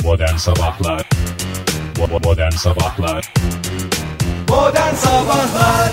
Modern Sabahlar. Modern Sabahlar. Modern Sabahlar.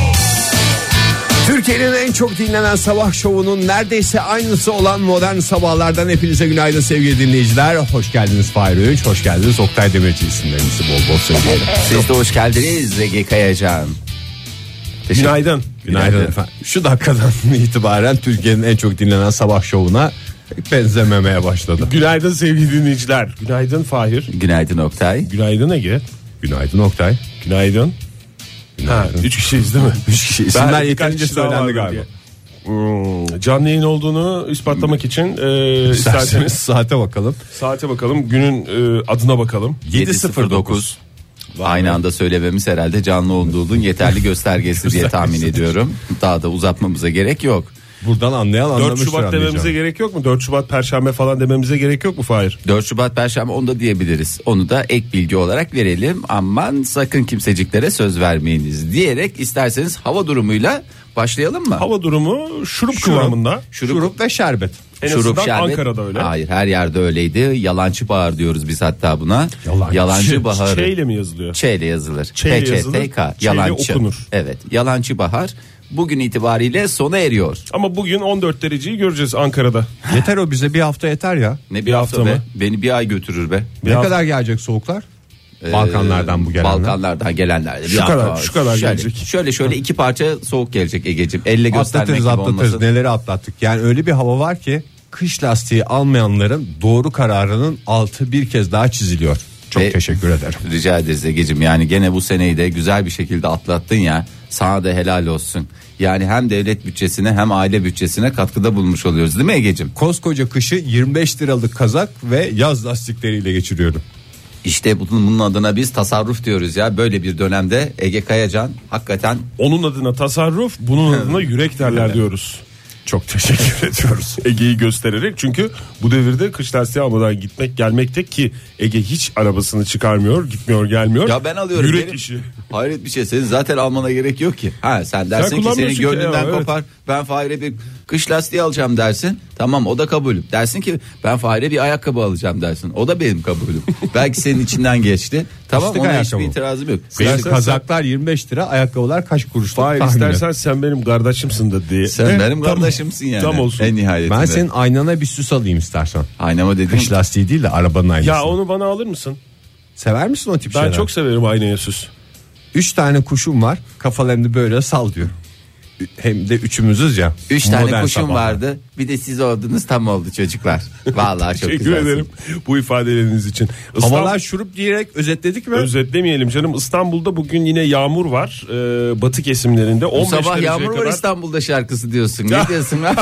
Türkiye'nin en çok dinlenen sabah şovunun neredeyse aynısı olan Modern Sabahlar'dan hepinize günaydın sevgili dinleyiciler. Hoş geldiniz Fahir Öğünç, hoş geldiniz Oktay Demirci, isimlerinizi bol bol söyleyelim. Siz de hoş geldiniz Ege Kayacan. Günaydın. Günaydın efendim. Şu dakikadan itibaren Türkiye'nin en çok dinlenen sabah şovuna benzememeye başladı. Günaydın sevgili dinleyiciler. Günaydın Fahir. Günaydın Oktay. Günaydın Ege. Günaydın Oktay. Günaydın. Ha, 3 kişiyiz değil mi? 3 kişi. İsimler yeterince söylendi galiba. Canlı yayın olduğunu ispatlamak için isterseniz saate bakalım. Saate bakalım. Günün adına bakalım. 7.09. Aynı anda söylememiz herhalde canlı olduğunun yeterli göstergesi diye tahmin ediyorum. Daha da uzatmamıza gerek yok. Buradan anlayan 4 anlamıştır. Şubat dememize gerek yok mu? 4 Şubat Perşembe falan dememize gerek yok mu Fahir? 4 Şubat Perşembe onu da diyebiliriz. Onu da ek bilgi olarak verelim. Aman sakın kimseciklere söz vermeyiniz diyerek isterseniz hava durumuyla başlayalım mı? Hava durumu şurup kıvamında. Şurup ve şerbet. En Şurup, azından şerbet. Ankara'da öyle. Hayır, her yerde öyleydi. Yalancı bahar diyoruz biz hatta buna. Yalancı bahar. Çeyle mi yazılıyor? Çeyle yazılır. Çeyle yazılır. Yalancı. Okunur. Evet. Yalancı bahar bugün itibariyle sona eriyor. Ama bugün 14 dereceyi göreceğiz Ankara'da. Yeter o, bize bir hafta yeter ya. Ne bir Bir hafta hafta be? mı? Beni bir ay götürür be. Ne kadar gelecek soğuklar? Balkanlardan bu gelenler. Balkanlardan gelenler de bir Şu hafta kadar, var. şu kadar gelecek. Şöyle iki parça soğuk gelecek Egeciğim. Elle göstermek gibi Atlatırız. olmasın. Neleri atlattık. Yani öyle bir hava var ki kış lastiği almayanların doğru kararının altı bir kez daha çiziliyor. Çok teşekkür ederim. Rica ederiz Egeciğim. Yani gene bu seneyi de güzel bir şekilde atlattın ya. Sana da helal olsun. Yani hem devlet bütçesine hem aile bütçesine katkıda bulmuş oluyoruz değil mi Egeciğim? Koskoca kışı 25 liralık kazak ve yaz lastikleriyle geçiriyorum. İşte bunun adına biz tasarruf diyoruz ya. Böyle bir dönemde Ege Kayacan hakikaten. Onun adına tasarruf, bunun adına yürek derler diyoruz. Çok teşekkür ediyoruz Ege'yi göstererek, çünkü bu devirde kış lastiği almadan gitmek gelmekte ki Ege hiç arabasını çıkarmıyor, gitmiyor, gelmiyor. Ya ben alıyorum. Yürek Benim, işi. hayret bir şey, senin zaten almana gerek yok ki. Ha sen dersin ki senin kullanmıyorsun ki gönlünden ya, evet. kopar. Ben Fahir'e bir kış lastiği alacağım dersin. Tamam, o da kabulüm. Dersin ki ben Fahir'e bir ayakkabı alacağım dersin. O da benim kabulüm. Belki senin içinden geçti. Tamam, Kışlık ona ayakkabı. hiçbir itirazım yok. Benim İstersen- kazaklar 25 lira, ayakkabılar kaç kuruş? Hayır, istersen sen benim kardeşimsin de diye. Sen benim Tam- kardeşimsin yani. Tam olsun. En nihayetinde. Ben senin aynana bir süs alayım istersen. Aynama dedim. Kış lastiği değil de arabanın aynası. Ya onu bana alır mısın? Sever misin o tip Ben şeyler? çok severim aynaya süs. 3 tane kuşum var, kafalarını böyle sallıyor. Hem de üçümüzüz ya. 3 tane Modern kuşum sabah. vardı. Bir de siz oldunuz, tam oldu çocuklar. Vallahi çok Teşekkür güzelsin. ederim bu ifadeleriniz için. Havalar şurup diyerek özetledik mi? Özetlemeyelim canım. İstanbul'da bugün yine yağmur var. Batı kesimlerinde 15 Bu sabah dereceye yağmur var kadar. İstanbul'da şarkısı diyorsun. Ne diyorsun lan?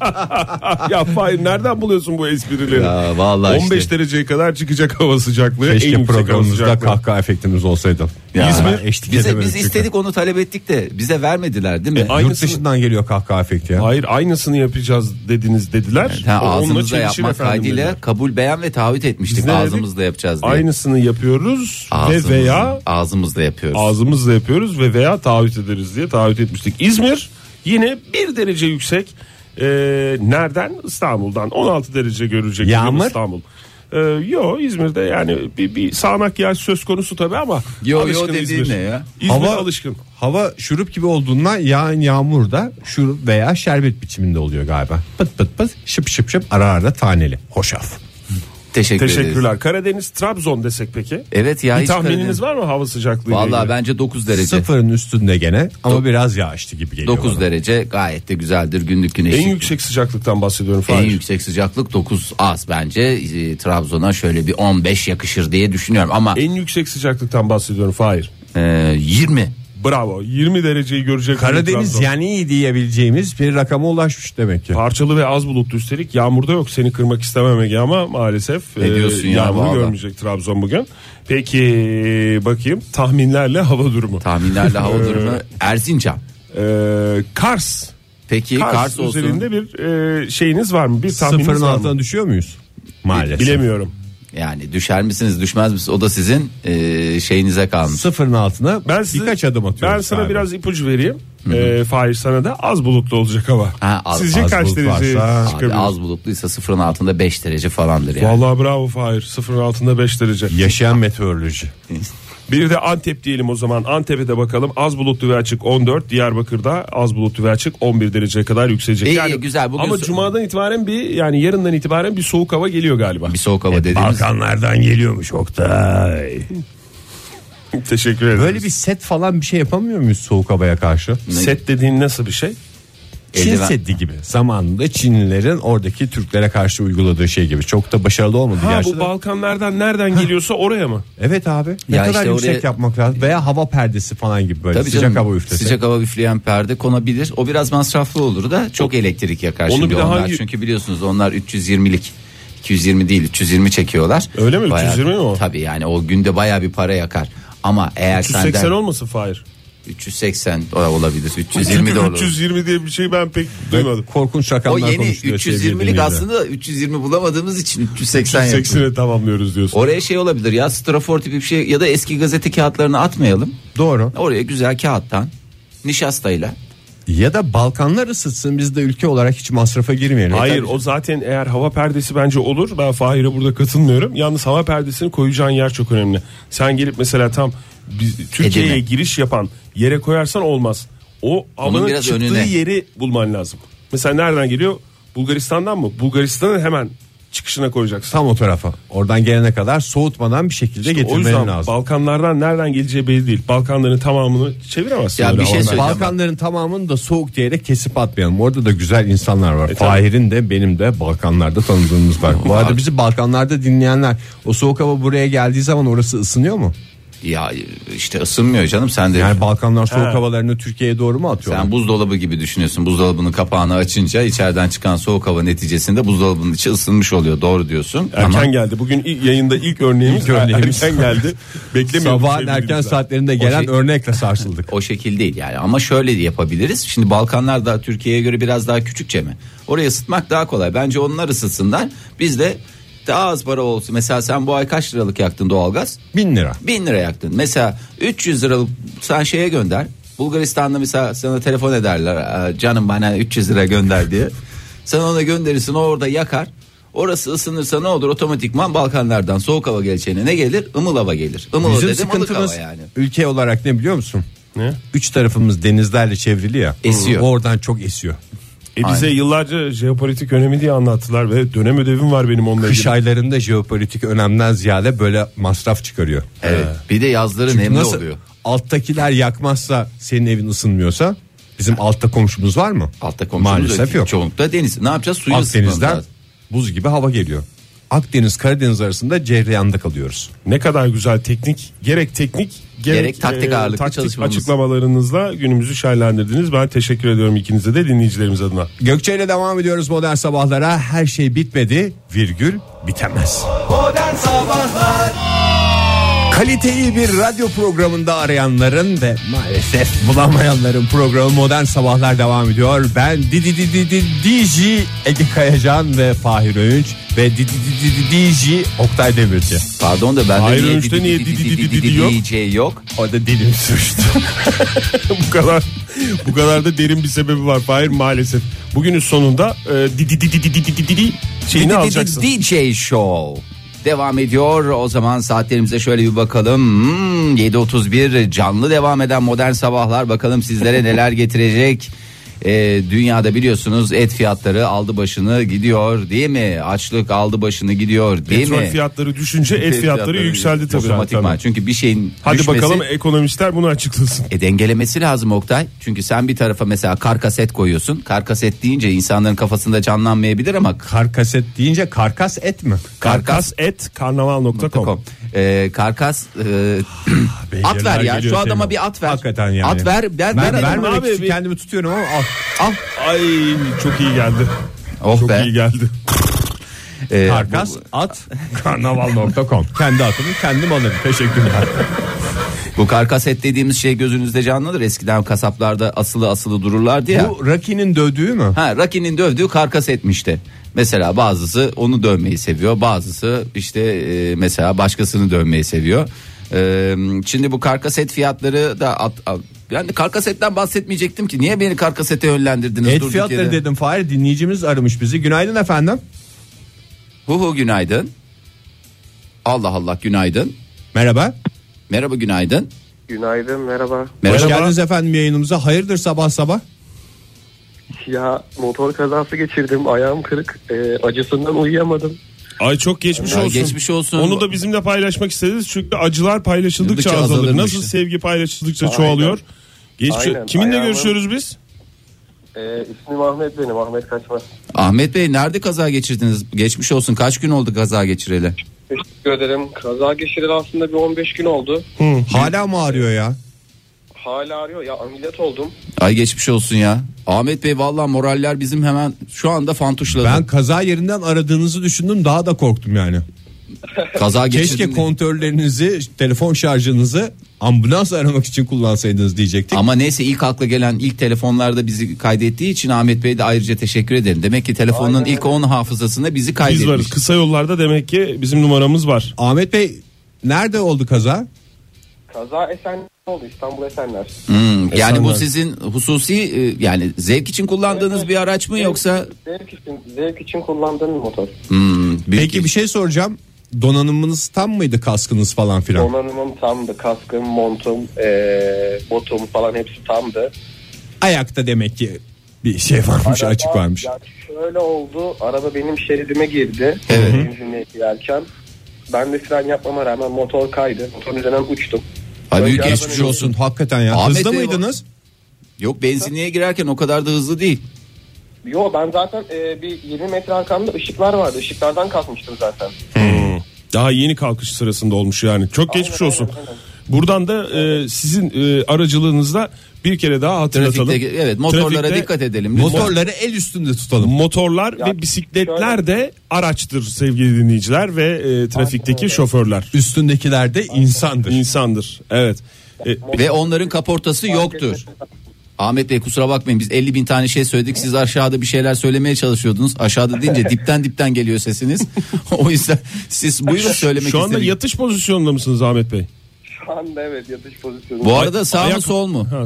Ya Fahir, nereden buluyorsun bu esprileri? Ya vallahi 15 işte. dereceye kadar çıkacak hava sıcaklığı. en Keşke yüksek hava programımızda sıcaklığı. kahkaha efektimiz olsaydı. Ya, İzmir eşlik biz edemedik çünkü. istedik, onu talep ettik de bize vermediler değil mi? Aynısını- Yurt dışından geliyor kahkaha efekti ya. Hayır, aynısını yapacağız dediler. Ha, Onunla ağzımızda çelişin yapmak efendim kaydıyla dediler. kabul, beyan ve taahhüt etmiştik. Biz ne dedik? Ağzımızda yapacağız diye. Aynısını yapıyoruz Ağzımız- ve veya ağzımızla yapıyoruz. ağzımızla yapıyoruz ve veya taahhüt ederiz diye taahhüt etmiştik. İzmir yine 1 derece yüksek. Nereden? İstanbul'dan 16 derece görecek bugün Yağmur? İstanbul. Yo, İzmir'de yani bir sağanak yağış söz konusu tabii ama Yo alışkın dediğin İzmir. ne ya? İzmir Hava- alışkın. Hava şurup gibi olduğundan yağan yağmur da şurup veya şerbet biçiminde oluyor galiba. Pıt pıt pıt, şıp şıp şıp, ara ara taneli. Hoşaf. Teşekkür ederiz. Teşekkürler. Karadeniz, Trabzon desek peki? Evet ya, Bir hiç tahmininiz Karadeniz- var mı hava sıcaklığı? Vallahi bence 9 derece. Sıfırın üstünde gene ama biraz yağışlı gibi geliyor 9 bana. derece gayet de güzeldir, günlük güneşlik. En yüksek sıcaklıktan bahsediyorum. En Fahir. yüksek sıcaklık 9 az bence. Trabzon'a şöyle bir 15 yakışır diye düşünüyorum ama En yüksek sıcaklıktan bahsediyorum Fahir. 20. Bravo. 20 dereceyi görecek. Karadeniz Trabzon. yani iyi diyebileceğimiz bir rakama ulaşmış demek ki. Parçalı ve az bulutlu, üstelik yağmurda yok. Seni kırmak istemem Ege ama maalesef Ne diyorsun ya, yağmur vallahi. görmeyecek Trabzon bugün. Peki bakayım tahminlerle hava durumu. Tahminlerle hava durumu Erzincan. Kars. Peki Kars olsun. üzerinde bir şeyiniz var mı? Bir tahmininiz Sıfırın var altına mı? düşüyor muyuz? Maalesef. Bilemiyorum. Yani düşer misiniz düşmez misiniz, o da sizin şeyinize kalmış. Sıfırın altına Ben size- birkaç adım atıyoruz. Ben sana galiba. biraz ipucu vereyim. Fahir sana da az bulutlu olacak hava. Sizce az kaç bulut derece varsa- Abi çıkabilir? az bulutluysa sıfırın altında 5 derece falandır yani. Vallahi bravo Fahir, sıfırın altında 5 derece. Yaşayan meteoroloji. Bir de Antep diyelim o zaman. Antep'e de bakalım. Az bulutlu ve açık 14. Diyarbakır'da az bulutlu ve açık 11 dereceye kadar yükselecek. İyi, güzel. Bugün ama cumadan itibaren yani yarından itibaren bir soğuk hava geliyor galiba. Bir soğuk hava dediğimiz. Balkanlardan geliyormuş Oktay. Teşekkür ederim. Böyle bir set falan bir şey yapamıyor muyuz soğuk havaya karşı? set dediğin nasıl bir şey? Çin Eldiven. Seddi gibi. Zamanında Çinlilerin oradaki Türklere karşı uyguladığı şey gibi. Çok da başarılı olmadı gerçi Bu de. Balkanlardan nereden geliyorsa oraya mı? Evet abi. Ne Ya kadar işte yüksek oraya- yapmak lazım. Veya hava perdesi falan gibi böyle Tabii sıcak canım, hava üflese. Sıcak hava üfleyen perde konabilir. O biraz masraflı olur da çok elektrik yakar Onu şimdi bir de onlar. hangi- Çünkü biliyorsunuz onlar 320'lik. 220 değil 320 çekiyorlar. Öyle mi? 320 mi o? Tabii yani o günde bayağı bir para yakar. Ama eğer 380 senden olmasın Fahir? 380 olabilir. 320 de olur. 320 diye bir şey ben pek duymadım. Korkunç O rakamlar yeni konuşuluyor sevgili 320'lik dinleyiciler. aslında 320 bulamadığımız için 380 yapıyoruz. 380'e tamamlıyoruz diyorsun. Oraya şey olabilir ya, strafor tipi bir şey ya da eski gazete kağıtlarını atmayalım. Doğru. Oraya güzel kağıttan nişastayla. Ya da Balkanlar ısıtsın, biz de ülke olarak hiç masrafa girmeyelim. Hayır, o zaten eğer hava perdesi bence olur. Ben Fahir'e burada katılmıyorum. Yalnız hava perdesini koyacağın yer çok önemli. Sen gelip mesela tam Türkiye'ye Edirne. giriş yapan yere koyarsan olmaz. O havanın biraz çıktığı önüne. yeri bulman lazım. Mesela nereden geliyor? Bulgaristan'dan mı? Bulgaristan'ın hemen çıkışına koyacaksın. Tam o tarafa. Oradan gelene kadar soğutmadan bir şekilde O getirmenin yüzden lazım. Balkanlardan nereden geleceği belli değil. Balkanların tamamını çeviremezsin. Ya öyle bir şey havadan. söyleyeceğim. Balkanların tamamını da soğuk diyerek kesip atmayalım. Orada da güzel insanlar var. tabii. Fahir'in de benim de Balkanlarda tanıdığımız var. Bu arada bizi Balkanlarda dinleyenler, o soğuk hava buraya geldiği zaman orası ısınıyor mu? Ya işte ısınmıyor canım, sen de. Yani Balkanlar soğuk He. havalarını Türkiye'ye doğru mu atıyorlar? Sen buzdolabı gibi düşünüyorsun. Buzdolabının kapağını açınca içeriden çıkan soğuk hava neticesinde buzdolabının içi ısınmış oluyor. Doğru diyorsun. Erken geldi. Bugün yayında ilk örneğimiz erken geldi. Beklemiyordum. Sabahın sevgili erken dinleyiciler. saatlerinde gelen şey- örnekle sarsıldık. O şekil değil yani, ama şöyle yapabiliriz. Şimdi Balkanlar da Türkiye'ye göre biraz daha küçükçe mi? Orayı ısıtmak daha kolay. Bence onlar ısıtsınlar. Biz de daha az para olsun. Mesela sen bu ay kaç liralık yaktın doğalgaz? 1000 lira. 1000 lira yaktın. Mesela 300 liralık sen şeye gönder. Bulgaristan'da mesela sana telefon ederler. Canım bana 300 lira gönder diye. Sen ona gönderirsin, o orada yakar. Orası ısınırsa ne olur? Otomatikman Balkanlardan soğuk hava geleceğine ne gelir? Imıl hava gelir. Imıl Bizim dedim, ılık hava sıkıntımız yani. ülke olarak ne biliyor musun? Ne? Üç tarafımız denizlerle çevrili ya. Esiyor. Oradan çok esiyor. Bize Aynen. yıllarca jeopolitik önemi diye anlattılar ve dönem ödevim var benim onunla Kış ilgili. aylarında jeopolitik önemden ziyade böyle masraf çıkarıyor. Evet. Bir de yazları nemli Nasıl oluyor. alttakiler yakmazsa senin evin ısınmıyorsa, bizim altta komşumuz var mı? Altta komşumuz Maalesef yok. Çoğunlukla deniz. Ne yapacağız? Suyu ısıtmamız Akdeniz'den lazım. buz gibi hava geliyor. Akdeniz Karadeniz arasında cereyanda kalıyoruz. Ne kadar güzel gerek Gerek taktik ağırlıklı taktik çalışmamız. açıklamalarınızla günümüzü şenlendirdiniz. Ben teşekkür ediyorum ikinize de, dinleyicilerimiz adına. Gökçe ile devam ediyoruz modern sabahlara. Her şey bitmedi, virgül bitemez. Modern Sabahlar Kaliteyi bir radyo programında arayanların ve maalesef bulamayanların programı Modern Sabahlar devam ediyor. Ben DJ Ege Kayacan ve Fahir Öğünç ve DJ Oktay Demirci. Pardon da bende Hayır, niye Önç'te niye di yok? DJ yok? O da dilim sürçtü. bu kadar da derin bir sebebi var Fahir, maalesef. Bugünün sonunda şeyini alacaksın. DJ Show devam ediyor. O zaman saatlerimize şöyle bir bakalım. 7.31 canlı devam eden Modern Sabahlar, bakalım sizlere neler getirecek. Dünyada biliyorsunuz et fiyatları aldı başını gidiyor değil mi? Açlık aldı başını gidiyor değil Petrol mi? fiyatları düşünce et fiyatları yükseldi tabii. Otomatikman. Çünkü bir şeyin Hadi düşmesi, bakalım ekonomistler bunu açıklasın. dengelemesi lazım Oktay. Çünkü sen bir tarafa mesela karkas et koyuyorsun. Karkas et deyince insanların kafasında canlanmayabilir ama Karkaset deyince karkas et mi? Karkas@karnaval.com. Karkas at ver ya, geliyor şu adama senin. bir at ver. Hakikaten yani. At ver. Ben ver vermemek abi, için bir- kendimi tutuyorum ama al. Al. Ay çok iyi geldi. Oh Çok be. iyi geldi. Karkas at karnaval.com. Kendi atımı kendim alırım. Teşekkürler. Bu karkas et dediğimiz şey gözünüzde canlıdır. Eskiden kasaplarda asılı dururlardı ya. Bu Rocky'nin dövdüğü mü? Rocky'nin dövdüğü karkas etmişti. Mesela bazısı onu dövmeyi seviyor. Bazısı işte mesela başkasını dövmeyi seviyor. Şimdi bu karkas et fiyatları da Ben de Karkaset'ten bahsetmeyecektim ki. Niye beni Karkaset'e yönlendirdiniz? Et durduk fiyatları yere? dedim Fahir, dinleyicimiz aramış bizi. Günaydın efendim. Günaydın. Allah Allah, günaydın. Merhaba. Merhaba, günaydın. Günaydın, merhaba. Merhaba. Hoş geldiniz efendim yayınımıza. Hayırdır sabah sabah? Ya motor kazası geçirdim, ayağım kırık. Acısından uyuyamadım. Ay çok geçmiş Ya, olsun. geçmiş olsun. Onu da bizimle paylaşmak isteriz. Çünkü acılar paylaşıldıkça Azaldıkça azalır. azalırmış. Nasıl sevgi paylaşıldıkça Aynen. çoğalıyor. Aynen. Kiminle Ayağımın- görüşüyoruz biz? İsmim Ahmet benim, Ahmet Kaçmaz. Ahmet Bey, nerede kaza geçirdiniz? Geçmiş olsun. Kaç gün oldu kaza geçireli? Teşekkür ederim. Kaza geçireli aslında bir 15 gün oldu. Hala mı ağrıyor ya? Hala arıyor. Ya ameliyat oldum. Ay geçmiş olsun ya. Ahmet Bey, vallahi moraller bizim hemen şu anda fantuşladı. Ben kaza yerinden aradığınızı düşündüm, daha da korktum yani. Kaza Keşke geçirdim. kontörlerinizi, telefon şarjınızı ambulans aramak için kullansaydınız diyecektik. Ama neyse, ilk akla gelen ilk telefonlarda bizi kaydettiği için Ahmet Bey'e de ayrıca teşekkür ederim. Demek ki telefonun Aynen ilk 10 hafızasında bizi Biz kaydetmiş. varız. Kısa yollarda demek ki bizim numaramız var. Ahmet Bey, nerede oldu kaza? Kaza Esenler oldu, İstanbul Esenler. Yani bu Esenler. sizin hususi yani zevk için kullandığınız Evet. bir araç mı yoksa? Zevk için kullandığım bir motor. Peki bir şey soracağım. Donanımınız tam mıydı, kaskınız falan filan? Donanımım tamdı. Kaskım, montum, botum falan hepsi tamdı. Ayakta demek ki bir şey varmış, Araba- açık varmış. Ya şöyle oldu. Araba benim şeridime girdi. Evet. Benzinliğe girerken. Ben de fren yapmama rağmen motor kaydı. Motorun üzerinden uçtum. Ay, büyük Önce geçmiş arabanın- olsun. Hakikaten ya. Ahmet Hızlı Bey- mıydınız? Yok, benzinliğe girerken o kadar da hızlı değil. Yo, ben zaten bir 20 metre arkamda ışıklar vardı. Işıklardan kalkmıştım zaten. Daha yeni kalkış sırasında olmuş yani. Çok geçmiş Aynen, olsun. aynen. Buradan da sizin aracılığınızla bir kere daha hatırlatalım. Trafikte, evet, motorlara Trafikte dikkat edelim. lütfen. Motorları el üstünde tutalım. motorlar Ya, ve bisikletler şöyle- de araçtır sevgili dinleyiciler ve trafikteki şoförler Üstündekiler de insandır. insandır. Evet. Ve onların kaportası yoktur. Ahmet Bey, kusura bakmayın, biz 50 bin tane şey söyledik, siz aşağıda bir şeyler söylemeye çalışıyordunuz. Aşağıda deyince dipten geliyor sesiniz. O yüzden siz buyurun, söylemek Şu anda istediğiniz. yatış pozisyonunda mısınız Ahmet Bey? Şu anda evet, yatış pozisyonu. Bu arada sağ mı Ayak- sol mu? Ha,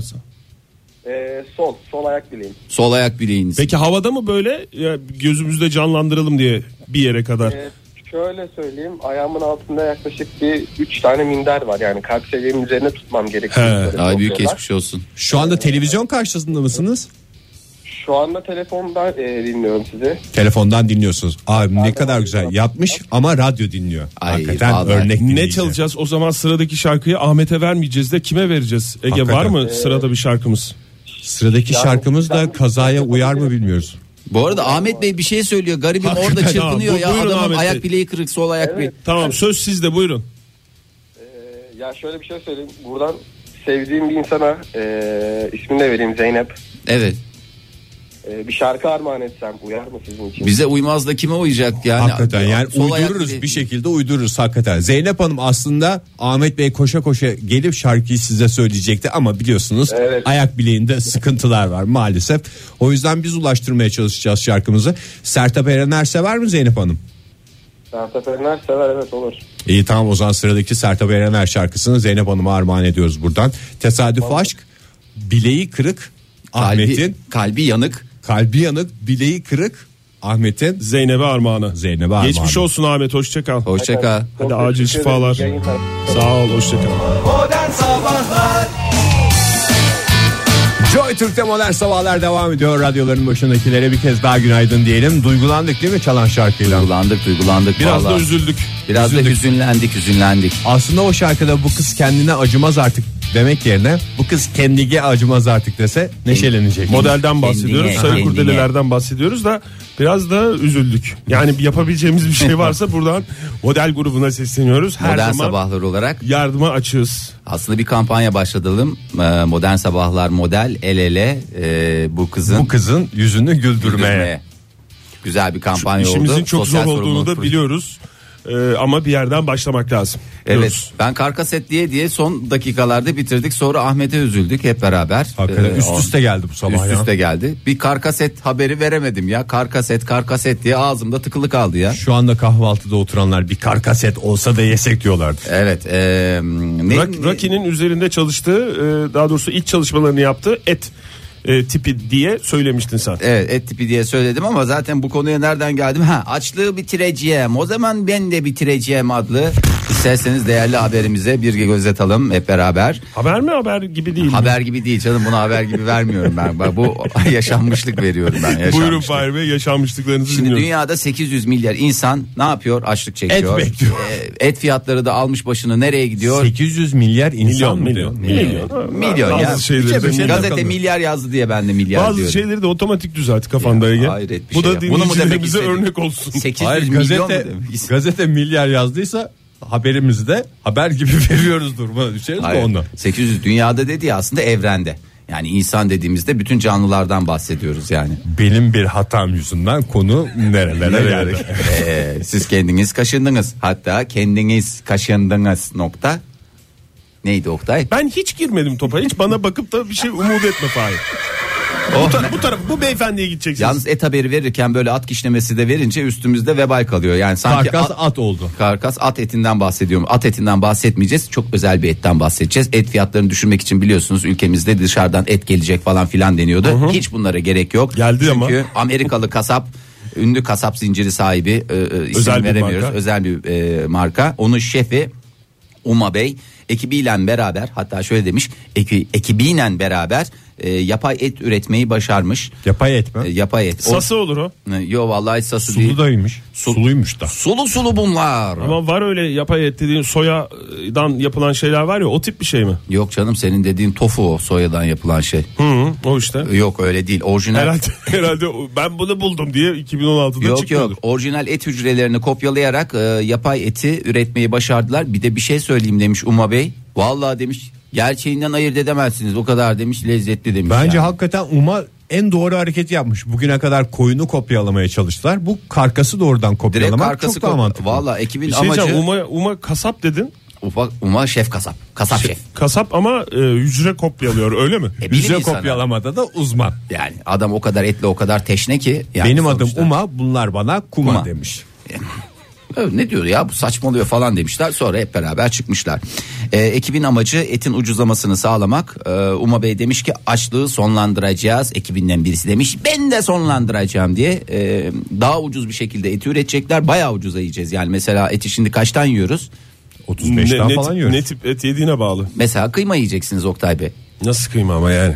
Sol ayak bileğim. Sol ayak bileğiniz. Peki havada mı böyle ya, gözümüzde canlandıralım diye bir yere kadar? Şöyle söyleyeyim, ayağımın altında yaklaşık bir 3 tane minder var. Yani kalp seviyemin üzerine tutmam gerekiyor. Ay, büyük geçmiş olsun. Şu anda televizyon karşısında mısınız? Şu anda telefondan dinliyorum sizi. Telefondan dinliyorsunuz. Abi ne kadar güzel yapmış ama radyo dinliyor. Ay, Hakikaten vallahi. örnek Ne dinleyici. çalacağız o zaman? Sıradaki şarkıyı Ahmet'e vermeyeceğiz de kime vereceğiz? Ege, Hakikaten. var mı sırada bir şarkımız? Sıradaki şarkımız da kazaya uyar mı bilmiyoruz. Bu arada Ahmet Bey bir şey söylüyor. Garibim Hakikaten orada ha. çırpınıyor ya. Buyurun Adamın Ahmet ayak Bey. bileği kırık, sol ayak bileği. Tamam, söz sizde, buyurun. Ya şöyle bir şey söyleyeyim. Buradan sevdiğim bir insana ismini de vereyim, Zeynep. Evet. Bir şarkı armağan etsem uyar mı sizin için? Bize uymaz da kime uyacak yani? Hakikaten yani Sol ayak uydururuz, bileği- bir şekilde uydururuz hakikaten. Zeynep Hanım aslında Ahmet Bey koşa koşa gelip şarkıyı size söyleyecekti ama biliyorsunuz Evet. ayak bileğinde sıkıntılar var maalesef. O yüzden biz ulaştırmaya çalışacağız şarkımızı. Sertab Erener sever mi Zeynep Hanım? Sertab Erener sever, evet, olur. İyi, tamam, o zaman sıradaki Sertab Erener şarkısını Zeynep Hanım'a armağan ediyoruz buradan. Tesadüf aşk, bileği kırık Ahmet'in, Kalbi yanık. kalbi yanık, bileği kırık Ahmet'in, Zeynep'e armağanı. Zeynep'e armağan. Geçmiş olsun Ahmet, hoşça kal. Hoşça kal. Hadi Çok acil teşekkür şifalar. ederim. Yayınlar. Sağ ol, hoşça kal. Modern Sabahlar Joy Türk'te modern sabahlar devam ediyor. Radyoların başındakilere bir kez daha günaydın diyelim. Duygulandık değil mi çalan şarkıyla? Duygulandık Biraz vallahi. da üzüldük. Biraz da hüzünlendik. Aslında o şarkıda bu kız kendine acımaz artık demek yerine bu kız kendine acımaz artık dese neşelenecek. Modelden bahsediyoruz, Kendine, sarı kendine. kurdelelerden bahsediyoruz da biraz da üzüldük. Yani yapabileceğimiz bir şey varsa buradan model grubuna sesleniyoruz. Her Modern zaman sabahlar olarak yardıma açığız. aslında bir kampanya başlatalım. Modern sabahlar model el ele bu kızın yüzünü güldürmeye. güldürmeye. Güzel bir kampanya oldu. İşimizin çok Sosyal zor olduğunu sorumluluk da projesi. biliyoruz. Ama bir yerden başlamak lazım. Evet, diyoruz. ben Karkaset diye son dakikalarda bitirdik, sonra Ahmet'e üzüldük hep beraber. Hakikaten üst üste geldi bu sabah Üst üste geldi. Bir Karkaset haberi veremedim ya. Karkaset diye ağzımda tıkılı kaldı ya. Şu anda kahvaltıda oturanlar bir karkaset olsa da yesek diyorlardı. Evet. Rocky'nin üzerinde çalıştığı, daha doğrusu ilk çalışmalarını yaptığı et tipi diye söylemiştin sen. Evet, et tipi diye söyledim ama zaten bu konuya nereden geldim? Açlığı bitireceğim. O zaman ben de bitireceğim adlı. İsterseniz değerli haberimize bir göz atalım hep beraber. Haber mi, haber gibi değil Haber gibi değil canım, bunu haber gibi vermiyorum ben. Bak, bu yaşanmışlık veriyorum ben. Buyurun Fahir Bey, yaşanmışlıklarınızı Şimdi dinliyorum. dünyada 800 milyar insan ne yapıyor? Açlık çekiyor. Et bekliyor. Et fiyatları da almış başını, nereye gidiyor? 800 milyar insan Milyon Milyon ya. Bazı şeyleri de Gazete milyar yazdı diye ben de milyar bazı diyorum. şeyleri de otomatik düzelt kafanda Ege. Hayret bir Bu şey da ya. Bunu mu demek dinleyicilerimize istedin? örnek olsun. 800 Hayır, milyon mu gazete demek? gazete milyar yazdıysa haberimizde haber gibi veriyoruz, duruma düşeriz de Hayır, ondan. 800 dünyada dediği aslında evrende. Yani insan dediğimizde bütün canlılardan bahsediyoruz yani. Benim bir hatam yüzünden konu nerelere geldi. Siz kendiniz kaşındınız. Hatta kendiniz kaşındınız nokta. Neydi Oktay? Ben hiç girmedim topa. Hiç bana bakıp da bir şey umut etme Fahir. Bu taraf, bu beyefendiye gideceksiniz. Yalnız et haberi verirken böyle at kişnemesi de verince üstümüzde vebal kalıyor. Yani sanki Karkas at oldu. Karkas at etinden bahsediyorum. At etinden bahsetmeyeceğiz. Çok özel bir etten bahsedeceğiz. Et fiyatlarını düşürmek için biliyorsunuz ülkemizde dışarıdan et gelecek falan filan deniyordu. Hiç bunlara gerek yok. Geldi Çünkü ama. Amerikalı kasap, ünlü kasap zinciri sahibi, isim Özel bir veremiyoruz. marka. Özel bir marka. Onun şefi Uma Bey ekibiyle beraber, hatta şöyle demiş, ekibiyle beraber yapay et üretmeyi başarmış. Yapay et mi? Yapay et. Sası olur o. Yo vallahi sası değil. Sulu daymış. Suluymuş da. Sulu bunlar. Ama var öyle yapay et dediğin soyadan yapılan şeyler var ya, o tip bir şey mi? Yok canım, senin dediğin tofu, o soyadan yapılan şey. O işte. Yok öyle değil. Orijinal. Herhalde ben bunu buldum diye 2016'da Yok çıkıyordur. orijinal et hücrelerini kopyalayarak yapay eti üretmeyi başardılar. Bir de bir şey söyleyeyim demiş Uma Bey. Vallahi demiş, gerçeğinden ayırt edemezsiniz, o kadar demiş, lezzetli demiş. Bence yani. hakikaten Uma en doğru hareketi yapmış. Bugüne kadar koyunu kopyalamaya çalıştılar. Bu karkası doğrudan Direkt kopyalamak karkası çok daha mantıklı. Vallahi ekibin Bir şey amacı diyeceğim, Uma kasap dedin. Uma şef kasap. Kasap şef. Kasap ama hücre kopyalıyor, öyle mi? Bilim Hücre insanı. kopyalamada da uzman. Yani adam o kadar etle o kadar teşne ki. Yani Benim adım sonuçta. Uma, bunlar bana kuma Kuma. demiş. Ne diyor ya, bu saçmalıyor falan demişler, sonra hep beraber çıkmışlar. Ekibin amacı etin ucuzlamasını sağlamak. Uma Bey demiş ki açlığı sonlandıracağız. Ekibinden birisi demiş ben de sonlandıracağım diye daha ucuz bir şekilde eti üretecekler. Bayağı ucuza yiyeceğiz yani. Mesela eti şimdi kaçtan yiyoruz? 35'ten falan yiyoruz. Ne tip et yediğine bağlı. Mesela kıyma yiyeceksiniz Oktay Bey. Nasıl kıyma ama yani?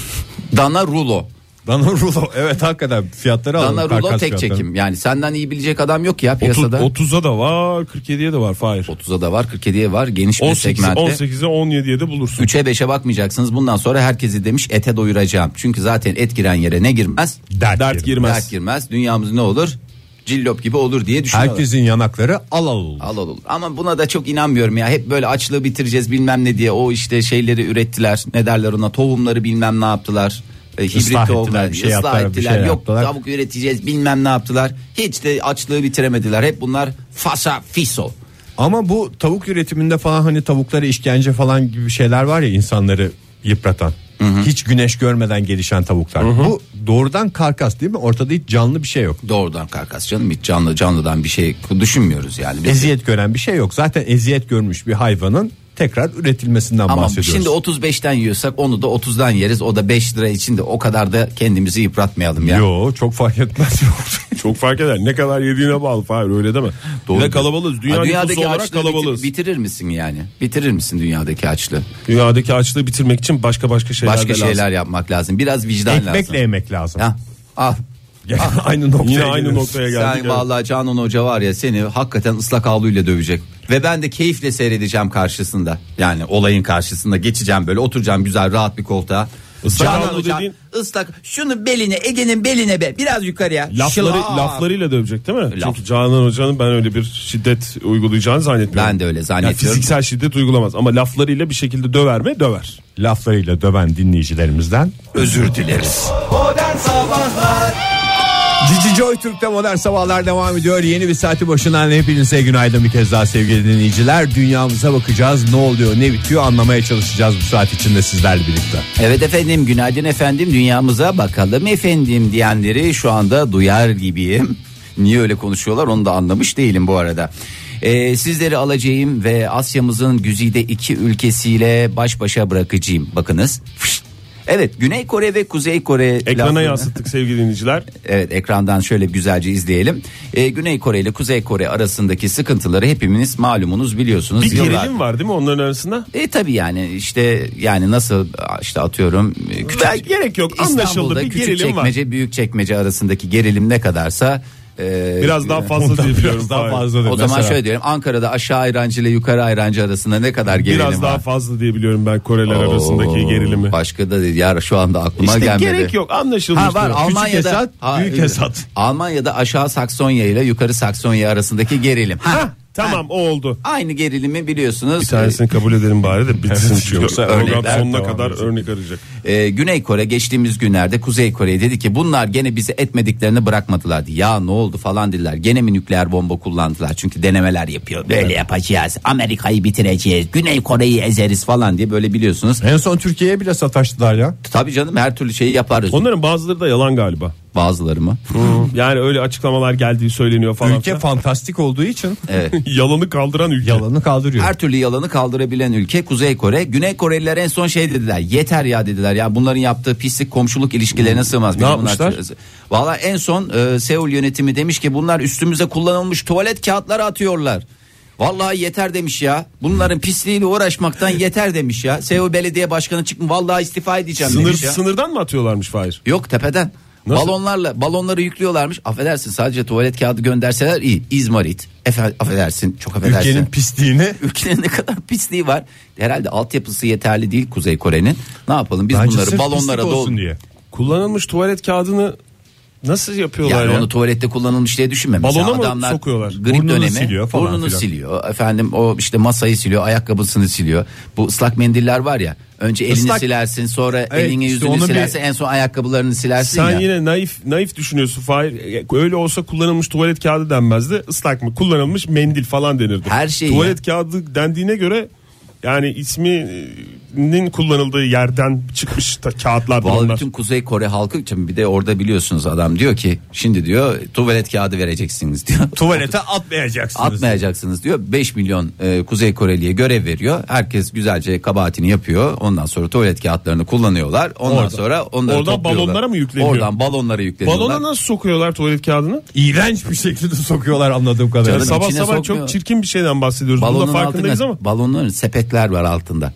Dana rulo. Dana rulo, evet hakikaten fiyatları alalım. Dana rulo karkas tek fiyatları. çekim. Yani senden iyi bilecek adam yok ya piyasada. 30'a da var, 47'ye de var Fahir. 30'a da var, 47'ye var, geniş bir segmentte. 18'e 17'ye de bulursun. 3'e 5'e bakmayacaksınız. Bundan sonra herkesi demiş ete doyuracağım. Çünkü zaten et giren yere ne girmez? Dert girmez. Dert girmez. Dünyamız ne olur? Cillop gibi olur diye düşünüyorlar. Herkesin yanakları al olur. Al olur. Ama buna da çok inanmıyorum ya. Hep böyle açlığı bitireceğiz bilmem ne diye o işte şeyleri ürettiler. Ne derler ona? Tohumları bilmem ne yaptılar. Hibrit Islah tohumlar. ettiler, bir şey ıslah yaptılar, bir ettiler. şey Yok yaptılar. tavuk üreteceğiz bilmem ne yaptılar. Hiç de açlığı bitiremediler. Hep bunlar fasa fiso. Ama bu tavuk üretiminde falan hani tavuklara işkence falan gibi şeyler var ya, insanları yıpratan. Hiç güneş görmeden gelişen tavuklar. Bu doğrudan karkas değil mi? Ortada hiç canlı bir şey yok. Doğrudan karkas canım, hiç canlıdan bir şey düşünmüyoruz yani. Biz Eziyet gören bir şey yok. Zaten eziyet görmüş bir hayvanın tekrar üretilmesinden ama bahsediyoruz. şimdi 35'ten yiyorsak onu da 30'dan yeriz. O da 5 lira için de o kadar da kendimizi yıpratmayalım ya. Yo, çok fark etmez. Çok fark eder. Ne kadar yediğine bağlı Fahir, öyle deme. Doğru. Bir de kalabalığız. Dünya nüfusu olarak açlığı kalabalığız. bitirir misin yani? Bitirir misin dünyadaki açlığı? Dünyadaki açlığı bitirmek için başka şeyler Başka de lazım. şeyler yapmak lazım. Biraz vicdan lazım. Ekmekle yemek lazım. Ha, al. Yani aynı noktaya Yine aynı geliyoruz. noktaya geldik. Sen evet. vallahi Canan Hoca var ya, seni hakikaten ıslak havluyla dövecek. Ve ben de keyifle seyredeceğim karşısında. Yani olayın karşısında geçeceğim, böyle oturacağım güzel rahat bir koltuğa. Islak Canan havlu Hoca dediğin- ıslak, şunu beline, Ege'nin beline be, biraz yukarıya. Laflarıyla dövecek değil mi? Laf. Çünkü Canan Hoca'nın ben öyle bir şiddet uygulayacağını zannetmiyorum. Ben de öyle Yani zannediyorum. fiziksel şiddet uygulamaz ama laflarıyla bir şekilde döver mi? Döver. Laflarıyla döven dinleyicilerimizden Özür dileriz. Modern Sabahlar Cici Joy Türk'te Modern Sabahlar devam ediyor. Yeni bir saati başından hepinize günaydın bir kez daha sevgili dinleyiciler. Dünyamıza bakacağız, ne oluyor ne bitiyor anlamaya çalışacağız bu saat içinde sizlerle birlikte. Evet efendim, günaydın efendim, dünyamıza bakalım efendim diyenleri şu anda duyar gibiyim. Niye öyle konuşuyorlar onu da anlamış değilim bu arada. Sizleri alacağım ve Asya'mızın güzide 2 ülkesiyle baş başa bırakacağım. Bakınız. Evet, Güney Kore ve Kuzey Kore ekrana yansıttık sevgili dinleyiciler. Evet, ekrandan şöyle güzelce izleyelim. Güney Kore ile Kuzey Kore arasındaki sıkıntıları hepimiz malumunuz, biliyorsunuz. Bir gerilim var değil mi onların arasında? Tabii yani işte yani nasıl işte atıyorum gerek yok, anlaşıldı, İstanbul'da bir küçük gerilim var. çekmece büyük çekmece arasındaki gerilim ne kadarsa biraz daha fazla diye biliyorum. Daha fazladır. O zaman mesela şöyle diyorum, Ankara'da aşağı ayrancı ile yukarı ayrancı arasında ne kadar gerilim var? Biraz daha fazla diye biliyorum ben Koreler arasındaki gerilimi. Başka da değil ya, şu anda aklıma İşte gelmedi. gerek yok, anlaşılmış. Ha var, Küçük Esat, büyük Esat. Almanya'da aşağı Saksonya ile yukarı Saksonya arasındaki gerilim. Tamam, o oldu. Aynı gerilimi biliyorsunuz. Bir tanesini kabul edelim bari de bitsin. Evet, Çünkü yoksa program örnekler sonuna devam kadar edecek. örnek arayacak. Güney Kore geçtiğimiz günlerde Kuzey Kore'ye dedi ki bunlar gene bizi etmediklerini bırakmadılar. Ya ne oldu falan dediler. Gene mi nükleer bomba kullandılar? Çünkü denemeler yapıyor. Böyle yapacağız. Amerika'yı bitireceğiz. Güney Kore'yi ezeriz falan diye, böyle biliyorsunuz. En son Türkiye'ye bile sataştılar ya. Tabii canım, her türlü şeyi yaparız. Onların bazıları da yalan galiba. Bazıları mı? Yani öyle açıklamalar geldiği söyleniyor falan. Ülke fantastik olduğu için Evet. Yalanı kaldıran ülke. yalanı kaldırıyor. Her türlü yalanı kaldırabilen ülke Kuzey Kore. Güney Koreliler en son şey dediler. Yeter ya dediler. Ya bunların yaptığı pislik komşuluk ilişkilerine sığmaz. Ne yapmışlar? Valla en son Seul yönetimi demiş ki bunlar üstümüze kullanılmış tuvalet kağıtları atıyorlar. Vallahi yeter demiş ya. Bunların pisliğiyle uğraşmaktan yeter demiş ya. Seul Belediye Başkanı çıkmış. Vallahi istifa edeceğim demiş ya. Sınırdan mı atıyorlarmış Fahir? Yok, tepeden. Nasıl? Balonları yüklüyorlarmış. Affedersin, sadece tuvalet kağıdı gönderseler iyi. İzmarit. Affedersin, çok affedersin. Ülkenin pisliğini. Ülkenin ne kadar pisliği var. Herhalde altyapısı yeterli değil Kuzey Kore'nin. Ne yapalım biz Bence bunları sırf balonlara pislik olsun diye. Kullanılmış tuvalet kağıdını nasıl yapıyorlar yani ya? onu tuvalette kullanılmış diye düşünme. Mesela Balona mı adamlar sokuyorlar? Grip Burnunu dönemi siliyor falan burnunu filan. siliyor. Efendim o işte masayı siliyor, ayakkabısını siliyor. Bu ıslak mendiller var ya. Önce elini Islak- silersin, sonra elini işte yüzünü onu bir- silersin, en son ayakkabılarını silersin Sen ya. yine naif düşünüyorsun Fahir. Öyle olsa kullanılmış tuvalet kağıdı denmezdi. Islak mı? Kullanılmış mendil falan denirdi. Her şey Tuvalet kağıdı dendiğine göre yani isminin kullanıldığı yerden çıkmış kağıtlardan Vallahi onlar. bütün Kuzey Kore halkı için bir de orada biliyorsunuz adam diyor ki şimdi diyor tuvalet kağıdı vereceksiniz diyor. Tuvalete atmayacaksınız. Atmayacaksınız diyor. 5 milyon Kuzey Koreli'ye görev veriyor. Herkes güzelce kabahatini yapıyor. Ondan sonra tuvalet kağıtlarını kullanıyorlar. Ondan sonra onları oradan topluyorlar. balonlara mı yükleniyor? Oradan balonlara yükleniyorlar. Balona nasıl sokuyorlar tuvalet kağıdını? İğrenç bir şekilde sokuyorlar anladığım kadarıyla. Canım, Sabah içine sabah sokmuyor. çok çirkin bir şeyden bahsediyoruz. Bunda Balonun farkındayız altında ama. balonların sepetler var altında.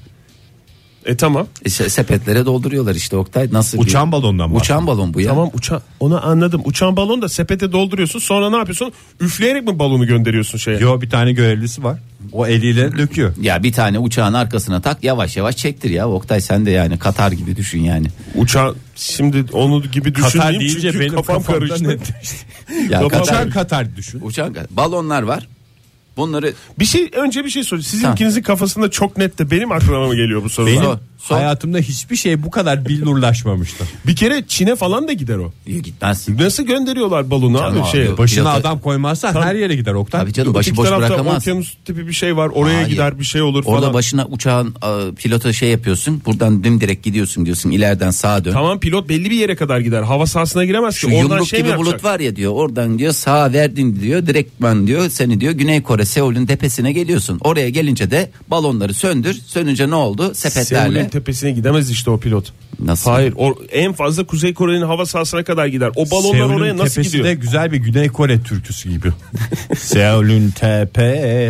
Tamam. Sepetlere dolduruyorlar işte Oktay. Nasıl Uçan balondan mı? Uçan balon bu ya. Tamam onu anladım. Uçan balon da sepete dolduruyorsun. Sonra ne yapıyorsun? Üfleyerek mi balonu gönderiyorsun şeye? Yo, bir tane görevlisi var. O eliyle döküyor. Ya bir tane uçağın arkasına tak, yavaş yavaş çektir ya Oktay, sen de yani Katar gibi düşün yani. Uçağın şimdi onu gibi Katar düşünmeyeyim deyince çünkü benim kafam kafamda karıştı. netleşti. Ya Katar- Uçan Katar düşün. balonlar var. Bunları Önce bir şey sorayım. Sizin Tamam. ikinizin kafasında çok net de benim aklıma mı geliyor bu sorular? Benim Sor. hayatımda hiçbir şey bu kadar billurlaşmamıştı. Bir kere Çin'e falan da gider o. gitmez. Nasıl gönderiyorlar balonu Canım abi şey? abi, Başına Pilota- adam koymazsan her yere gider Oktay. Tabii canım, Öteki başıboş tarafta bırakamaz. okyanus tipi bir şey var. Oraya Hayır. gider bir şey olur falan. Orada başına uçağın pilota şey yapıyorsun. Buradan direkt gidiyorsun diyorsun. İleriden sağa dön. Tamam, pilot belli bir yere kadar gider. Hava sahasına giremez Şu ki. Oradan yumruk şey mi gibi yapacak? bulut var ya diyor. Oradan diyor sağa verdin diyor. Direktman diyor. Seni diyor Güney Kore Seul'ün tepesine geliyorsun. Oraya gelince de balonları söndür. Sönünce ne oldu? Sepetlerle. Seul'ün tepesine gidemez işte o pilot. Nasıl? Hayır, en fazla Kuzey Kore'nin hava sahasına kadar gider. O balonlar Seul'ün oraya nasıl tepesi gidiyor? de güzel bir Güney Kore türküsü gibi. Seul'ün tepe.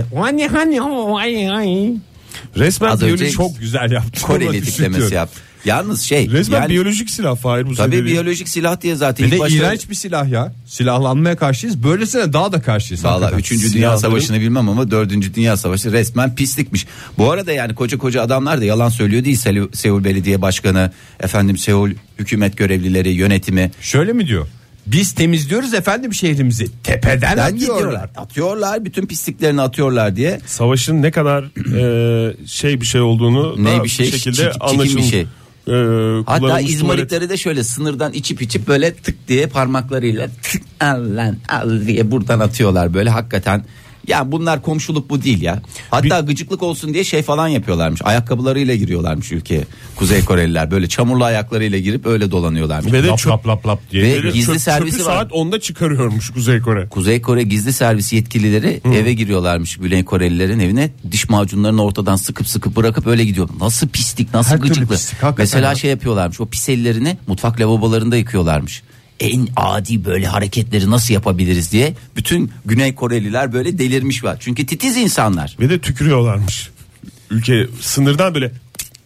Resmen Az önce biyolojik, Çok güzel yaptı. Koreli Ama diklemesi düşünüyorum. yap. Yalnız şey. resmen yani, biyolojik silah Fahir bu tabii söylediğin. biyolojik silah diye zaten. Bir de ilk başta- iğrenç bir silah ya. Silahlanmaya karşıyız. Böylesine daha da karşıyız. Valla hakikaten. 3. Dünya Silahların- Savaşı'nı bilmem ama 4. Dünya Savaşı resmen pislikmiş. Bu arada yani koca adamlar da yalan söylüyor değil. Seul Belediye Başkanı, efendim Seul hükümet görevlileri, yönetimi. Şöyle mi diyor? Biz temizliyoruz efendim şehrimizi. Tepeden atıyorlar. Atıyorlar, bütün pisliklerini atıyorlar diye. Savaşın ne kadar bir şey olduğunu Ne da bir şey, şekilde çirkin bir anlaşılmış. şey. Hatta kullanılmış İzmaritleri de şöyle sınırdan içip böyle tık diye parmaklarıyla tık, al lan al diye buradan atıyorlar böyle hakikaten. Ya bunlar komşuluk bu değil ya. Hatta gıcıklık olsun diye şey falan yapıyorlarmış. Ayakkabılarıyla giriyorlarmış ülkeye. Kuzey Koreliler böyle çamurlu ayaklarıyla girip öyle dolanıyorlarmış. Ve de Lap lap lap diye. Ve gizli servisi çöpü var. saat 10'da çıkarıyormuş Kuzey Kore. Kuzey Kore gizli servisi yetkilileri eve giriyorlarmış Güney Korelilerin evine. Diş macunlarını ortadan sıkıp bırakıp öyle gidiyor. Nasıl pislik, nasıl Her türlü gıcıklık. pislik, hakikaten Mesela ya. şey yapıyorlarmış. O pis ellerini mutfak lavabolarında yıkıyorlarmış. En adi böyle hareketleri nasıl yapabiliriz diye bütün Güney Koreliler böyle delirmiş var. Çünkü titiz insanlar. Ve de tükürüyorlarmış. Ülke sınırdan böyle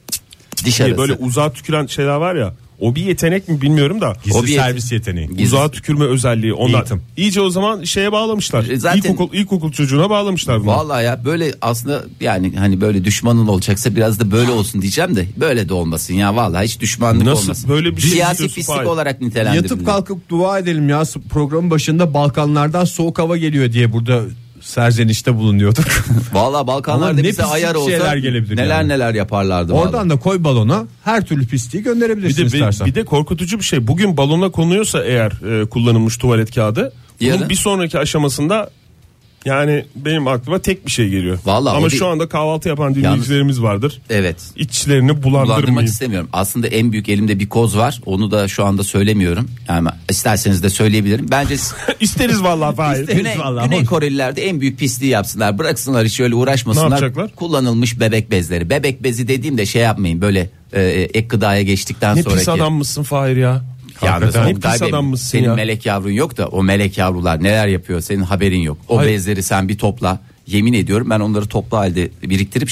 Diş arası. böyle uzağa tüküren şeyler var ya. O bir yetenek mi bilmiyorum da. Gizli O bir servis yeteneği. Gizli- Uzağa tükürme özelliği. Onlar Eğitim. iyice o zaman şeye bağlamışlar. Zaten- İlkokul çocuğuna bağlamışlar bunu. Vallahi ya böyle aslında yani hani böyle düşmanın olacaksa biraz da böyle olsun diyeceğim de böyle de olmasın ya vallahi hiç düşmanlık Nasıl olmasın. böyle bir şey siyasi istiyorsun pislik Fahir? olarak nitelendirilir. Yatıp kalkıp dua edelim ya, programın başında Balkanlardan soğuk hava geliyor diye burada serzenişte bulunuyorduk. Vallahi Ama Balkanlarda ne bize pislik ayar olsa şeyler gelebilir neler yani. neler yaparlardı. Oradan vallahi. da koy balona, her türlü pisliği gönderebilirsin istersen. Bir de korkutucu bir şey. Bugün balona konuyorsa eğer kullanılmış tuvalet kağıdı, bunun Yarın? bir sonraki aşamasında yani benim aklıma tek bir şey geliyor. Vallahi ama o şu değil. anda kahvaltı yapan dinleyicilerimiz vardır. Evet. İçlerini Bulandırmak bulandırmayın. istemiyorum. Aslında en büyük elimde bir koz var. Onu da şu anda söylemiyorum. Yani isterseniz de söyleyebilirim. Bence İsteriz vallahi Fahir. Güney Koreliler de en büyük pisliği yapsınlar. Bıraksınlar hiç öyle uğraşmasınlar. Ne yapacaklar? Kullanılmış bebek bezleri. Bebek bezi dediğimde şey yapmayın. Böyle ek gıdaya geçtikten Ne sonraki. pis adam mısın Fahir ya? Yalnız Hakikaten ne Oktay pis Bey, adam mısın senin ya? melek yavrun yok da o melek yavrular neler yapıyor senin haberin yok. O Hayır. bezleri sen bir topla. Yemin ediyorum ben onları toplu halde biriktirip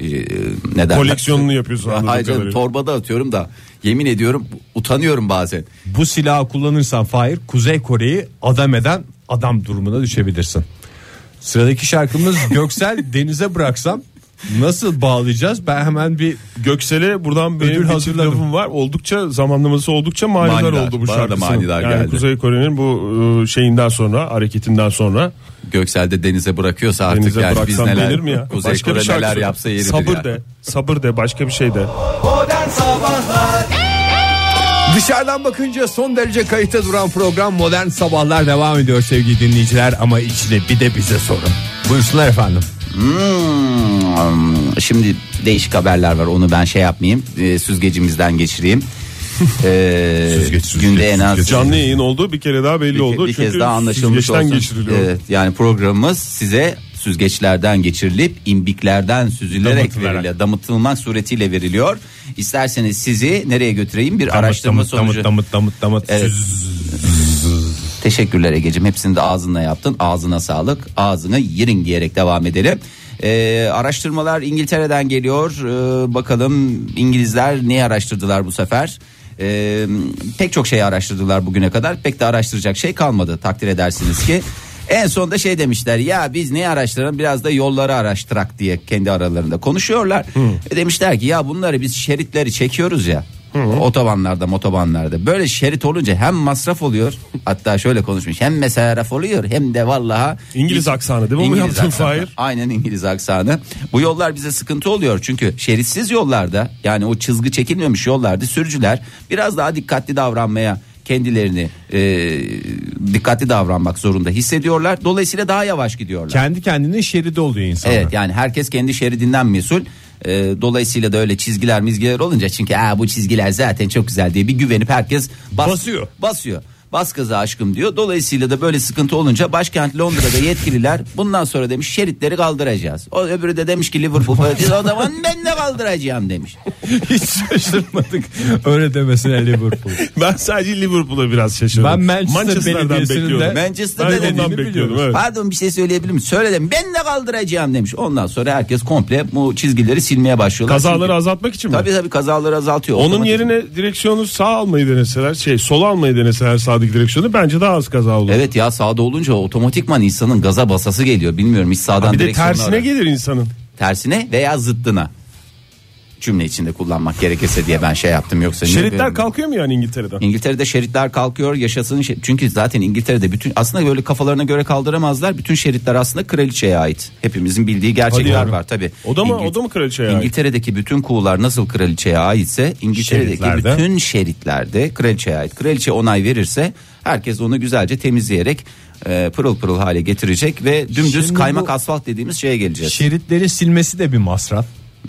ne derler? Koleksiyonunu yapıyorsun anladığım Hayır canım, kadarıyla. torbada atıyorum da yemin ediyorum utanıyorum bazen. Bu silahı kullanırsan Fahir, Kuzey Kore'yi adam eden adam durumuna düşebilirsin. Sıradaki şarkımız Göksel Denize Bıraksam. Nasıl bağlayacağız? Ben hemen bir Göksel'e buradan benim Ödül bir çift hazırladım. lafım var. Oldukça zamanlaması oldukça manidar Manidar. oldu bu Bana da şarkısının. manidar Yani geldi. Kuzey Kore'nin bu şeyinden sonra, hareketinden sonra Göksel'de denize bırakıyorsa artık denize yani biz bıraksam neler denir mi ya? Kuzey Başka Kore bir şarkı neler söyle. yapsa yeridir Sabır ya. de, sabır de, başka bir şey de. Modern Sabahlar dışarıdan bakınca son derece kayıtta duran program Modern Sabahlar devam ediyor sevgili dinleyiciler, ama içine bir de bize sorun. Buyursunlar efendim. Şimdi değişik haberler var, onu ben şey yapmayayım, süzgecimizden geçireyim. Günde en az Canlı yayın olduğu bir kere daha belli oldu. bir Çünkü kez daha anlaşılmış süzgeçten olsun. geçiriliyor. Evet, yani programımız size süzgeçlerden geçirilip imbiklerden süzülerek damıtılmak suretiyle veriliyor. İsterseniz sizi nereye götüreyim? Bir araştırma sonucu. Damıt. Evet. Teşekkürler Egeciğim, hepsini de ağzınla yaptın. Ağzına sağlık, ağzını yerin diyerek devam edelim. Araştırmalar İngiltere'den geliyor. Bakalım İngilizler neyi araştırdılar bu sefer? Pek çok şey araştırdılar bugüne kadar. Pek de araştıracak şey kalmadı, takdir edersiniz ki. En sonunda şey demişler, ya biz neyi araştıralım, biraz da yolları araştırak diye kendi aralarında konuşuyorlar. Demişler ki ya bunları biz şeritleri çekiyoruz ya. Otobanlarda böyle şerit olunca hem masraf oluyor, hatta şöyle konuşmuş, hem mesaraf oluyor hem de vallahi İngiliz aksanı değil mi bu yaptığın Fahir? Aynen İngiliz aksanı. Bu yollar bize sıkıntı oluyor çünkü şeritsiz yollarda, yani o çizgi çekilmemiş yollarda sürücüler biraz daha dikkatli davranmaya, kendilerini dikkatli davranmak zorunda hissediyorlar. Dolayısıyla daha yavaş gidiyorlar. Kendi kendine şeridi oluyor insanlar. Evet, yani herkes kendi şeridinden mesul. Dolayısıyla da öyle çizgiler olunca, çünkü bu çizgiler zaten çok güzel diye bir güvenip herkes basıyor. Bas gaza aşkım diyor. Dolayısıyla da böyle sıkıntı olunca başkent Londra'da yetkililer bundan sonra demiş şeritleri kaldıracağız. O öbürü de demiş ki Liverpool o zaman ben de kaldıracağım demiş. Hiç şaşırmadık öyle demesine Liverpool. Ben sadece Liverpool'a biraz şaşırdım. Ben Manchester Belediyesi'nin de Manchester'da Ben dediğini ondan bekliyordum. Evet. Pardon, bir şey söyleyebilir miyim? Söyledim, ben de kaldıracağım demiş. Ondan sonra herkes komple bu çizgileri silmeye başlıyorlar. Kazaları azaltmak için mi? Tabii kazaları azaltıyor. Onun Otomatik. yerine direksiyonu sağ almayı deneseler, sol almayı deneseler sağdaki direksiyonu, bence daha az kaza olur. Evet ya, sağda olunca otomatikman insanın gaza basası geliyor. Bilmiyorum, hiç sağdan Bir de direksiyonu tersine gelir insanın. tersine veya zıttına. cümle içinde kullanmak gerekirse diye ben şey yaptım, yoksa Şeritler kalkıyor mu yani İngiltere'de? İngiltere'de şeritler kalkıyor, yaşasın çünkü zaten İngiltere'de bütün, aslında böyle kafalarına göre kaldıramazlar, bütün şeritler aslında kraliçeye ait. Hepimizin bildiği gerçekler var tabi. O da mı kraliçeye ait? İngiltere'deki bütün kuğular nasıl kraliçeye aitse İngiltere'deki Şeritlerde. bütün şeritlerde kraliçeye ait. Kraliçe onay verirse herkes onu güzelce temizleyerek pırıl pırıl hale getirecek ve dümdüz Şimdi kaymak bu asfalt dediğimiz şeye geleceğiz. Şeritleri silmesi de bir masraf.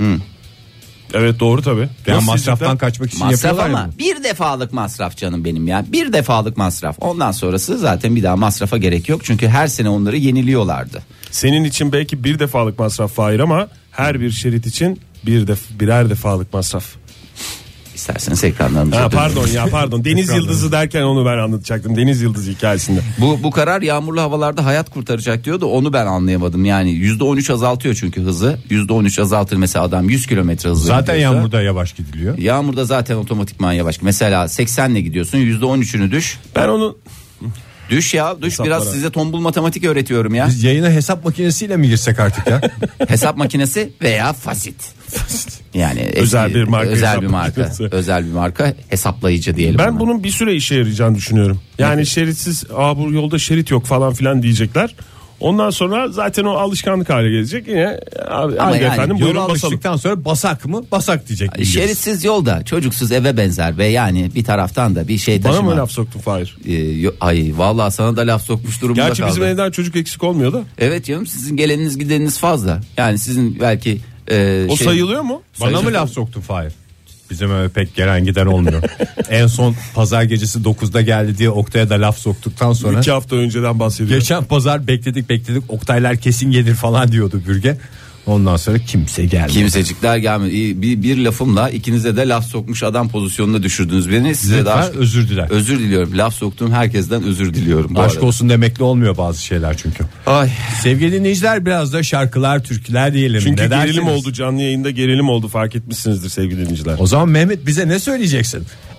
Evet doğru tabii. Yani masraftan kaçmak için Masraf yapıyorlar ama ya. bir defalık masraf canım benim ya. Bir defalık masraf. Ondan sonrası zaten bir daha masrafa gerek yok. Çünkü her sene onları yeniliyorlardı. Senin için belki bir defalık masraf Fahir ama her bir şerit için birer defalık masraf. İsterseniz ekranlarımıza Pardon. Deniz Yıldızı derken onu ben anlatacaktım. Deniz Yıldızı hikayesinde. Bu karar yağmurlu havalarda hayat kurtaracak diyordu. Onu ben anlayamadım. Yani %13 azaltıyor çünkü hızı. %13 azaltır mesela adam 100 kilometre hızlı Zaten gidiyorsa. yağmurda yavaş gidiliyor. Yağmurda zaten otomatikman yavaş. Mesela 80'le gidiyorsun, %13'ünü düş. Ben onu Düş Hesaplara. biraz size tombul matematik öğretiyorum ya. Biz yayına hesap makinesiyle mi girsek artık ya? Hesap makinesi veya fasit. Yani Özel bir marka özel hesap bir marka. makinesi. Özel bir marka hesaplayıcı diyelim. Ben ona. bunun bir süre işe yarayacağını düşünüyorum. Yani şeritsiz bu yolda şerit yok falan filan diyecekler. Ondan sonra zaten o alışkanlık hale gelecek. Yine yani efendim Yola buyurun basalım. alıştıktan sonra basak mı? Basak diyecek. İngiliz. Şeritsiz yolda çocuksuz eve benzer ve yani bir taraftan da bir şey Bana taşıma. mı laf soktun Fahir? Ay vallahi sana da laf sokmuş durumda Gerçi kaldı. bizim evden çocuk eksik olmuyor da. Evet canım, sizin geleniniz gideniniz fazla. Yani sizin belki O sayılıyor mu? Bana mı laf soktun Fahir? Bizim eve pek gelen giden olmuyor. En son pazar gecesi 9'da geldi diye Oktay'a da laf soktuktan sonra 2 hafta önceden bahsediyorum. geçen pazar bekledik Oktaylar kesin gelir falan diyordu Bürge. Ondan sonra kimse gelmedi. kimsecikler gelmedi. Bir lafımla ikinize de laf sokmuş adam pozisyonuna düşürdünüz beni. Size de Lütfen özür diler. özür diliyorum. Laf soktuğum herkesten özür diliyorum. bu Aşk arada. olsun demekle olmuyor bazı şeyler çünkü. Ay. Sevgili dinleyiciler, biraz da şarkılar, türküler diyelim. Çünkü Ne gerilim dersiniz? oldu, canlı yayında gerilim oldu, fark etmişsinizdir sevgili dinleyiciler. O zaman Mehmet, bize ne söyleyeceksin?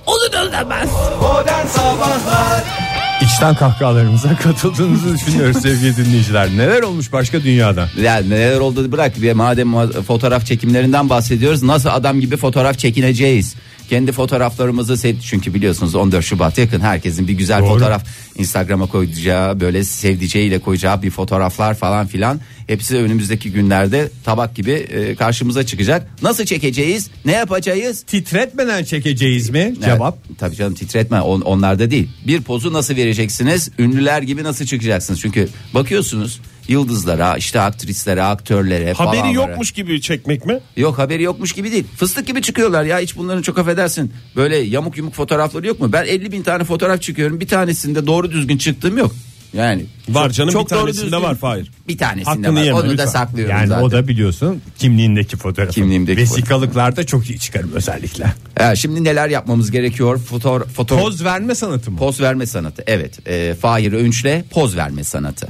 Modern Sabahlar İçten kahkahalarımıza katıldığınızı düşünüyoruz sevgili dinleyiciler. Neler olmuş başka dünyada? Yani neler oldu bırak. Madem fotoğraf çekimlerinden bahsediyoruz, nasıl adam gibi fotoğraf çekineceğiz? Kendi fotoğraflarımızı çünkü biliyorsunuz 14 Şubat yakın, herkesin bir güzel Doğru. fotoğraf Instagram'a koyacağı, böyle sevdiceğiyle koyacağı bir fotoğraflar falan filan, hepsi önümüzdeki günlerde tabak gibi karşımıza çıkacak. Nasıl çekeceğiz? Ne yapacağız? Titretmeden çekeceğiz mi? Cevap. Evet, tabii canım, titretme onlarda değil. Bir pozu nasıl vereceksiniz? Ünlüler gibi nasıl çıkacaksınız? Çünkü bakıyorsunuz yıldızlara, işte aktrislere, aktörlere Haberi falanlara. yokmuş gibi çekmek mi? Yok, haberi yokmuş gibi değil. Fıstık gibi çıkıyorlar ya, hiç bunların, çok affedersin, böyle yamuk yumuk fotoğrafları yok mu? Ben 50 bin tane fotoğraf çıkıyorum, bir tanesinde doğru düzgün çıktığım yok. Yani Var canım, bir doğru tanesinde düzgün- var Fahir. Bir tanesinde Hakkını var. yeme Onu da lütfen. saklıyorum Yani zaten. o da biliyorsun kimliğindeki fotoğrafı. Kimliğimdeki Vesikalıklarda çok iyi çıkarım özellikle. Şimdi neler yapmamız gerekiyor? Poz verme sanatı mı? Poz verme sanatı. Evet. Fahir Öğünç'le poz verme sanatı.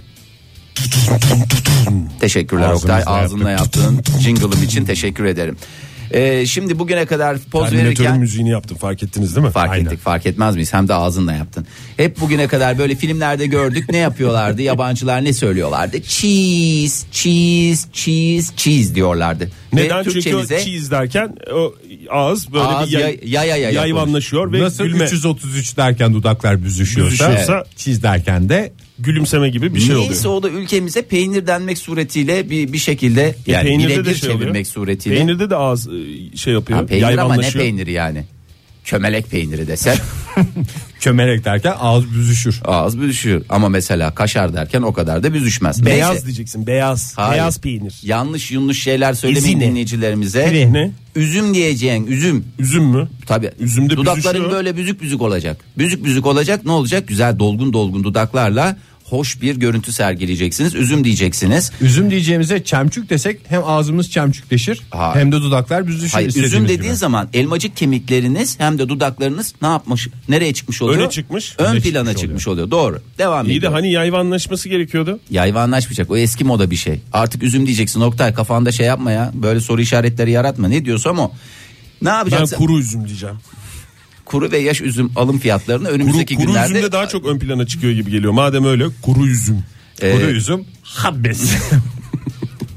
Teşekkürler Oktay. Ağzımızla Ağzınla yaptığın jingle'ım için teşekkür ederim. Şimdi bugüne kadar poz Terminatörün verirken müziğini yaptım, fark ettiniz değil mi? fark ettik, fark etmez miyiz? Hem de ağzınla yaptın. Hep bugüne kadar böyle filmlerde gördük, ne yapıyorlardı? Yabancılar ne söylüyorlardı? Cheese, cheese, cheese, cheese diyorlardı. Neden? Ve Çünkü o Türkçemize cheese derken o ağız böyle ağız bir yaya yayvanlaşıyor ve Nasıl gülme, 333 derken dudaklar büzüşüyorsa, Büzüşüyorsa, çiz derken de gülümseme gibi bir şey Neyse, oluyor. o da ülkemize peynir denmek suretiyle bir şekilde, yani Peynirde de birebir şey oluyor. çevirmek suretiyle. Peynirde de ağız şey yapıyor. Ha, peynir ama ne yayvanlaşıyor. peyniri yani? Çömelek peyniri desen çömelek derken ağız büzüşür. ağız büzüşüyor. Ama mesela kaşar derken o kadar da büzüşmez. Beyaz Neyse. diyeceksin, beyaz. Hayır. Beyaz peynir. Yanlış şeyler söylemeyin Ezine. dinleyicilerimize. Ne? Üzüm diyeceğin, üzüm. Üzüm mü? Tabii. Üzümde Dudakların büzüşüyor. böyle büzük büzük olacak. Büzük büzük olacak. Ne olacak? Güzel dolgun dolgun dudaklarla hoş bir görüntü sergileyeceksiniz. Üzüm diyeceksiniz. Üzüm diyeceğimize çemçük desek hem ağzımız çemçükleşir Hayır. hem de dudaklar büzüşür. Hayır, üzüm istediğimiz dediğin gibi. zaman elmacık kemikleriniz hem de dudaklarınız ne yapmış? Nereye çıkmış oluyor? Öne çıkmış. Ön Öne plana çıkmış çıkmış oluyor. Doğru. Devam İyi de ediyor. hani yayvanlaşması gerekiyordu. Yayvanlaşmayacak. O eski moda bir şey. Artık üzüm diyeceksin. Oktay, kafanda şey yapma ya. Böyle soru işaretleri yaratma. Ne diyorsam o. Ne Ben yapacaksın? kuru üzüm diyeceğim. Kuru ve yaş üzüm alım fiyatlarını önümüzdeki Kuru günlerde üzüm de daha çok ön plana çıkıyor gibi geliyor. Madem öyle, kuru üzüm. Kuru üzüm habbes.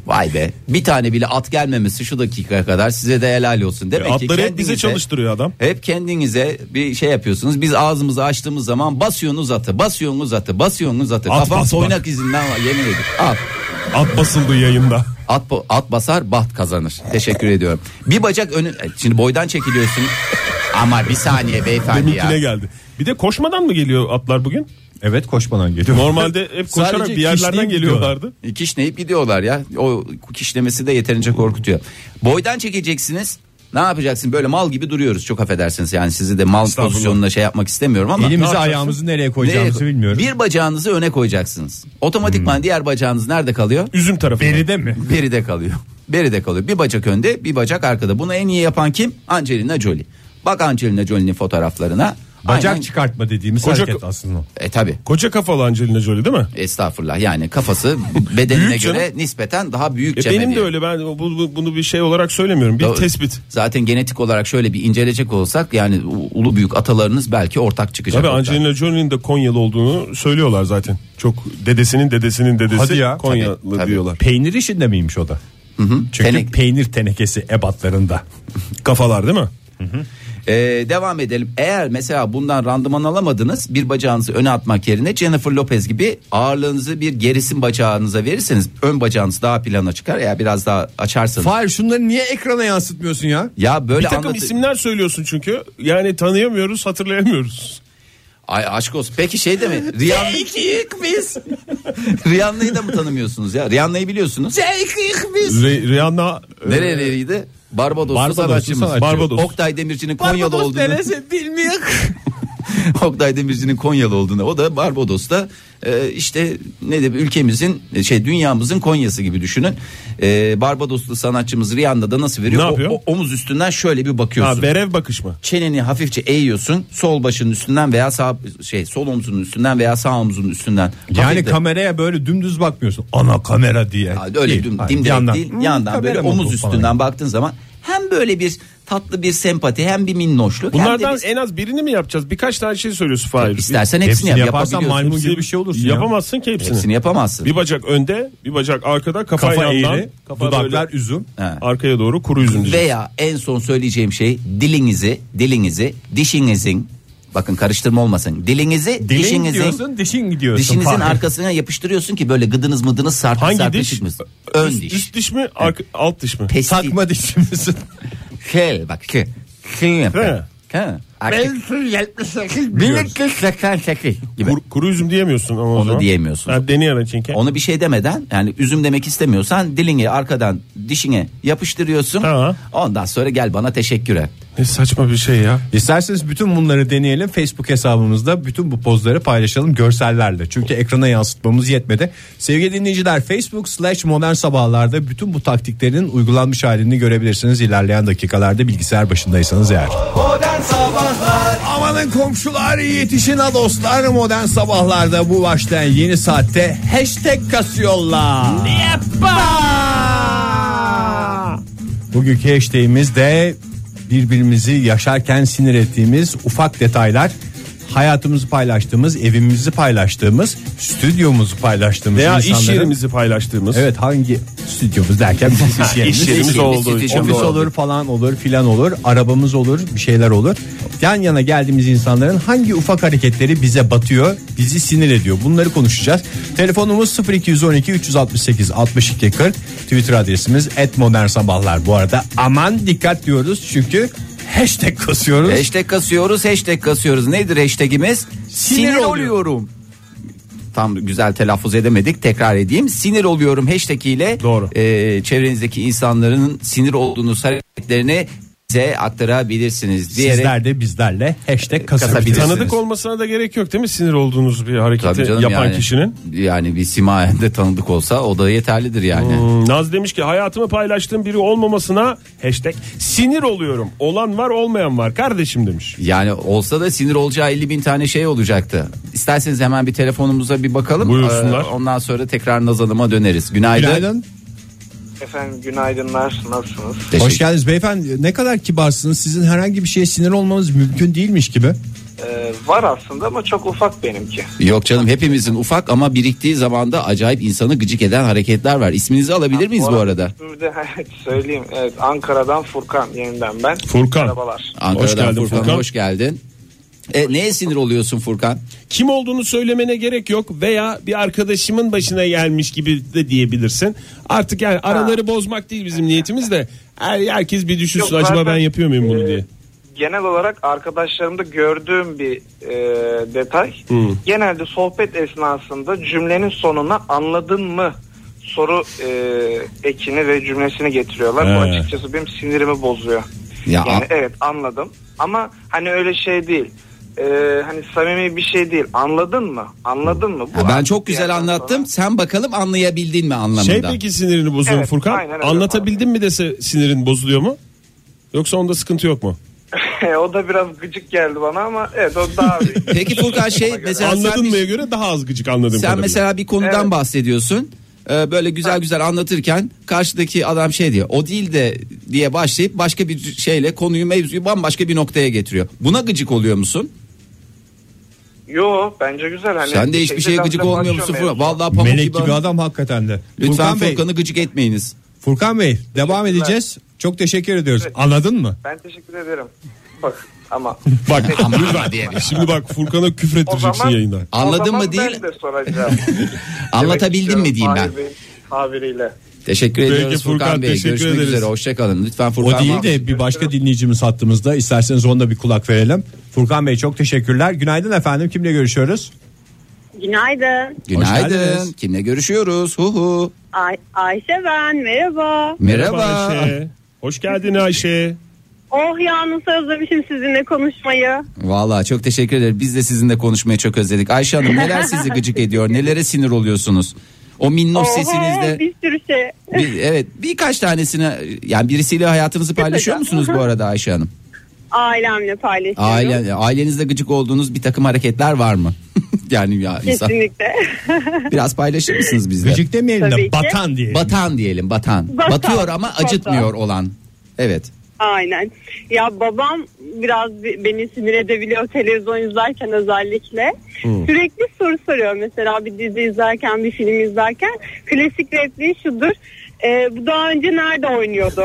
Vay be, bir tane bile at gelmemesi şu dakikaya kadar size de helal olsun. Demek ki Atları hep bize çalıştırıyor adam. Hep kendinize bir şey yapıyorsunuz. Biz ağzımızı açtığımız zaman basıyorsunuz atı, basıyorsunuz atı, basıyorsunuz atı. At Kafam bas, toynak izinden var, yemin ederim. At. At basıldı yayında. At basar, baht kazanır. Teşekkür ediyorum. Bir bacak önü, şimdi boydan çekiliyorsun. Ama bir saniye beyefendi ya. Deminkine geldi. Bir de koşmadan mı geliyor atlar bugün? Evet, koşmadan geliyor. Normalde hep koşarak Sadece bir yerlerden kişneyip geliyorlardı. Kişneyip gidiyorlar ya. O kişnemesi de yeterince korkutuyor. Boydan çekeceksiniz. Ne yapacaksın? Böyle mal gibi duruyoruz. Çok affedersiniz. Yani sizi de mal pozisyonuna şey yapmak istemiyorum ama. Elimizi ayağımızı nereye koyacağımızı bilmiyorum. Bir bacağınızı öne koyacaksınız. Otomatikman diğer bacağınız nerede kalıyor? Üzüm tarafı. Beride mi? Beride kalıyor. Beride kalıyor. Bir bacak önde, bir bacak arkada. Bunu en iyi yapan kim? Angelina Jolie. Bak Angelina Jolie'nin fotoğraflarına. Bacak Aynen. çıkartma dediğimiz Koca- hareket aslında. Tabi. Koca kafalı Angelina Jolie değil mi? Estağfurullah, yani kafası bedenine Büyük canım. göre nispeten daha büyük. Benim de öyle, ben bunu bir şey olarak söylemiyorum. Bir Doğru. tespit. Zaten genetik olarak şöyle bir inceleyecek olsak yani ulu büyük atalarınız belki ortak çıkacak. Tabii ortak. Angelina Jolie'nin de Konyalı olduğunu söylüyorlar zaten. Çok dedesinin dedesi Hadi ya. Konyalı Tabii. diyorlar. Peynir işinde miymiş o da? Çünkü peynir tenekesi ebatlarında. Kafalar değil mi? Devam edelim. Eğer mesela bundan randıman alamadınız, bir bacağınızı öne atmak yerine Jennifer Lopez gibi ağırlığınızı bir gerisin bacağınıza verirseniz ön bacağınız daha plana çıkar. Eğer biraz daha açarsanız. Fahir, şunları niye ekrana yansıtmıyorsun ya? Ya böyle Bir takım isimler söylüyorsun çünkü. Yani tanıyamıyoruz, hatırlayamıyoruz. Ay aşk olsun. Peki şey de mi? Rihanna... Rihanna'yı da mı tanımıyorsunuz ya? Rihanna'yı biliyorsunuz. Rihanna Nereliydi? Barbadoslu Barbadoslu sanatçımız. sanatçı. Barbados. Oktay Demirci'nin Konyalı olduğunu. bilmiyor. Oktay Demirci'nin Konyalı olduğunu. O da Barbados'ta işte ne de ülkemizin dünyamızın Konya'sı gibi düşünün. Barbadoslu sanatçımız Rihanna'da nasıl veriyor? Ne yapıyor? Omuz üstünden şöyle bir bakıyorsun. Ha, verev bakış mı? Çeneni hafifçe eğiyorsun. Sol başının üstünden veya sol omzunun üstünden veya sağ omzunun üstünden. Yani Hafif de- kameraya böyle dümdüz bakmıyorsun. Ana kamera diye. Ya öyle Değil. dimdirek Yandan. değil. Yandan böyle kamera mı omuz bu falan. üstünden baktığın zaman hem böyle bir tatlı bir sempati hem bir minnoşluk. hem de Bunlardan bir- en az birini mi yapacağız? Birkaç tane şey söylüyorsun Fahir. İstersen hepsini Hepsini yap. yaparsan Yapabiliyorsun. maymun gibi bir şey olursun ya. Yapamazsın ki hepsini. Hepsini yapamazsın. Bir bacak önde, bir bacak arkada, kafa Kafa yandan, eğri, kafa dudaklar böyle üzüm. He. arkaya doğru kuru üzüm diyeceğiz. Veya en son söyleyeceğim şey dilinizi dişinizin, bakın karıştırma olmasın, dilinizi Dilin dişinizin gidiyorsun, dişin gidiyorsun. dişinizin Fahir. arkasına yapıştırıyorsun ki böyle gıdınız mıdınız sarkıp Hangi sarkıp diş? çıkmasın. Ön diş. Üst diş mi, alt diş mi? Pesti. Takma dişimizin. Bak yapar. Ha. Artık 1988 gibi. Kuru üzüm diyemiyorsun ama o zaman. diyemiyorsun. Ha, deneyelim çünkü. Onu bir şey demeden, yani üzüm demek istemiyorsan dilini arkadan dişine yapıştırıyorsun. Ha. Ondan sonra gel bana teşekkür et. Ne saçma bir şey ya. İsterseniz bütün bunları deneyelim. Facebook hesabımızda bütün bu pozları paylaşalım görsellerle. Çünkü ekrana yansıtmamız yetmedi. Sevgili dinleyiciler, Facebook/Modern Sabahlar'da bütün bu taktiklerin uygulanmış halini görebilirsiniz. İlerleyen dakikalarda bilgisayar başındaysanız eğer. Modern Sabahlar Amanın komşular, yetişin ha dostlar. Modern Sabahlar'da bu başlayan yeni saatte hashtag kasıyorlar. Bugünkü hashtagimiz de birbirimizi yaşarken sinir ettiğimiz ufak detaylar. Hayatımızı paylaştığımız, evimizi paylaştığımız, stüdyomuzu paylaştığımız Veya insanların... iş yerimizi paylaştığımız. Evet, hangi stüdyomuz derken bizim iş yerimiz. İş yerimiz olduğu için. Ofis olur falan olur filan olur, arabamız olur, bir şeyler olur. Yan yana geldiğimiz insanların hangi ufak hareketleri bize batıyor, bizi sinir ediyor, bunları konuşacağız. Telefonumuz 0212 368 62 40, Twitter adresimiz @modernsabahlar. Bu arada aman dikkat diyoruz çünkü hashtag kasıyoruz. Hashtag kasıyoruz. Nedir hashtagimiz? Sinir oluyorum. Tam güzel telaffuz edemedik. Tekrar edeyim. Sinir oluyorum hashtag ile Doğru. Çevrenizdeki insanların sinir olduğunuz hareketlerini bize aktarabilirsiniz diyerek. Sizler de bizlerle hashtag kasabilirsiniz. Tanıdık olmasına da gerek yok değil mi, sinir olduğunuz bir Tabii hareketi canım, yapan yani, kişinin? Yani bir simayende tanıdık olsa o da yeterlidir yani. Naz demiş ki hayatımı paylaştığım biri olmamasına hashtag sinir oluyorum. Olan var, olmayan var kardeşim demiş. Yani olsa da sinir olacağı 50.000 tane şey olacaktı. İsterseniz hemen bir telefonumuza bir bakalım. Buyursunlar. Ondan sonra tekrar Naz Hanım'a döneriz. Günaydın. Günaydın. Efendim günaydınlar, nasılsınız? Hoş geldiniz beyefendi. Ne kadar kibarsınız. Sizin herhangi bir şeye sinir olmanız mümkün değilmiş gibi. Var aslında ama çok ufak benimki. Yok canım, hepimizin ufak ama biriktiği zaman da acayip insanı gıcık eden hareketler var. İsminizi alabilir miyiz bu arada? Söyleyeyim. Evet, Ankara'dan Furkan, yeniden ben. Furkan. Merhabalar. Ankara'dan Hoş geldin Furkan, Furkan. hoş geldin. Neye sinir oluyorsun Furkan? Kim olduğunu söylemene gerek yok veya bir arkadaşımın başına gelmiş gibi de diyebilirsin. Artık yani araları bozmak değil bizim niyetimiz de herkes bir düşünsün, Yok, acaba zaten, ben yapıyor muyum bunu diye. Genel olarak arkadaşlarımda gördüğüm bir detay. Genelde sohbet esnasında cümlenin sonuna anladın mı soru ekini ve cümlesini getiriyorlar. Bu açıkçası benim sinirimi bozuyor. Yani evet, anladım ama hani öyle şey değil. Hani samimi bir şey değil. Anladın mı? Anladın mı? Bu Ben çok güzel anlattım. Sen bakalım anlayabildin mi anlamında. Peki sinirini bozuyor Evet, Furkan? aynen öyle. Anlatabildin mi dese sinirin bozuluyor mu? Yoksa onda sıkıntı yok mu? O da biraz gıcık geldi bana ama evet, o daha büyük. Peki Furkan, mesela Anladın sen, mıya göre daha az gıcık anladım. sen kadarıyla. mesela bir konudan bahsediyorsun. Böyle güzel anlatırken karşıdaki adam şey diyor, o değil de diye başlayıp başka bir şeyle konuyu, mevzuyu bambaşka bir noktaya getiriyor. Buna gıcık oluyor musun? Yo, bence güzel. Hani Sen de hiçbir şeye gıcık olmuyor musun Furkan? Vallahi pamuk Melek gibi gibi adam hakikaten de. Lütfen Furkan Bey, Furkan'ı gıcık etmeyiniz. Furkan Bey devam edeceğiz. Çok teşekkür ediyoruz. Evet. Anladın mı? Ben teşekkür ederim. Bak ama. Bak Ama diye. şimdi bak Furkan'a küfrettireceksin yayında. Anladın o zaman mı değil? Ben de soracağım. Anlatabildim mi diyeyim ben? Fahir Bey'in tabiriyle. Teşekkür Peki ediyoruz Furkan Furkan, Bey. teşekkür Görüşmek ederiz. üzere. Hoşçakalın. Lütfen Furkan. O değil de bir başka dinleyicimiz hattımızda. İsterseniz ona da bir kulak verelim. Furkan Bey çok teşekkürler. Günaydın efendim. Kimle görüşüyoruz? Günaydın. Günaydın. geldiniz. Kimle görüşüyoruz? Hu. Ayşe ben. Merhaba. Merhaba. Ayşe. Hoş geldin Ayşe. Oh ya, nasıl özlemişim sizinle konuşmayı. Vallahi çok teşekkür ederim. Biz de sizinle konuşmayı çok özledik. Ayşe Hanım, neler sizi gıcık ediyor? Nelere sinir oluyorsunuz? O minnoş sesinizde. Bir sürü şey. Evet, birkaç tanesini, yani birisiyle hayatınızı paylaşıyor musunuz bu arada Ayşe Hanım? Ailemle paylaşıyorum. Ailenizde gıcık olduğunuz bir takım hareketler var mı? Yani ya insan. Kesinlikle. Biraz paylaşır mısınız bizle? Gıcık demeyelim Tabii de ki. batan diyelim. Batan diyelim, batan. Batıyor ama acıtmıyor olan. Evet. Aynen. Ya babam biraz beni sinir edebiliyor televizyon izlerken özellikle. Sürekli soru soruyor. Mesela bir dizi izlerken, bir film izlerken klasik repliği şudur. Bu daha önce nerede oynuyordu?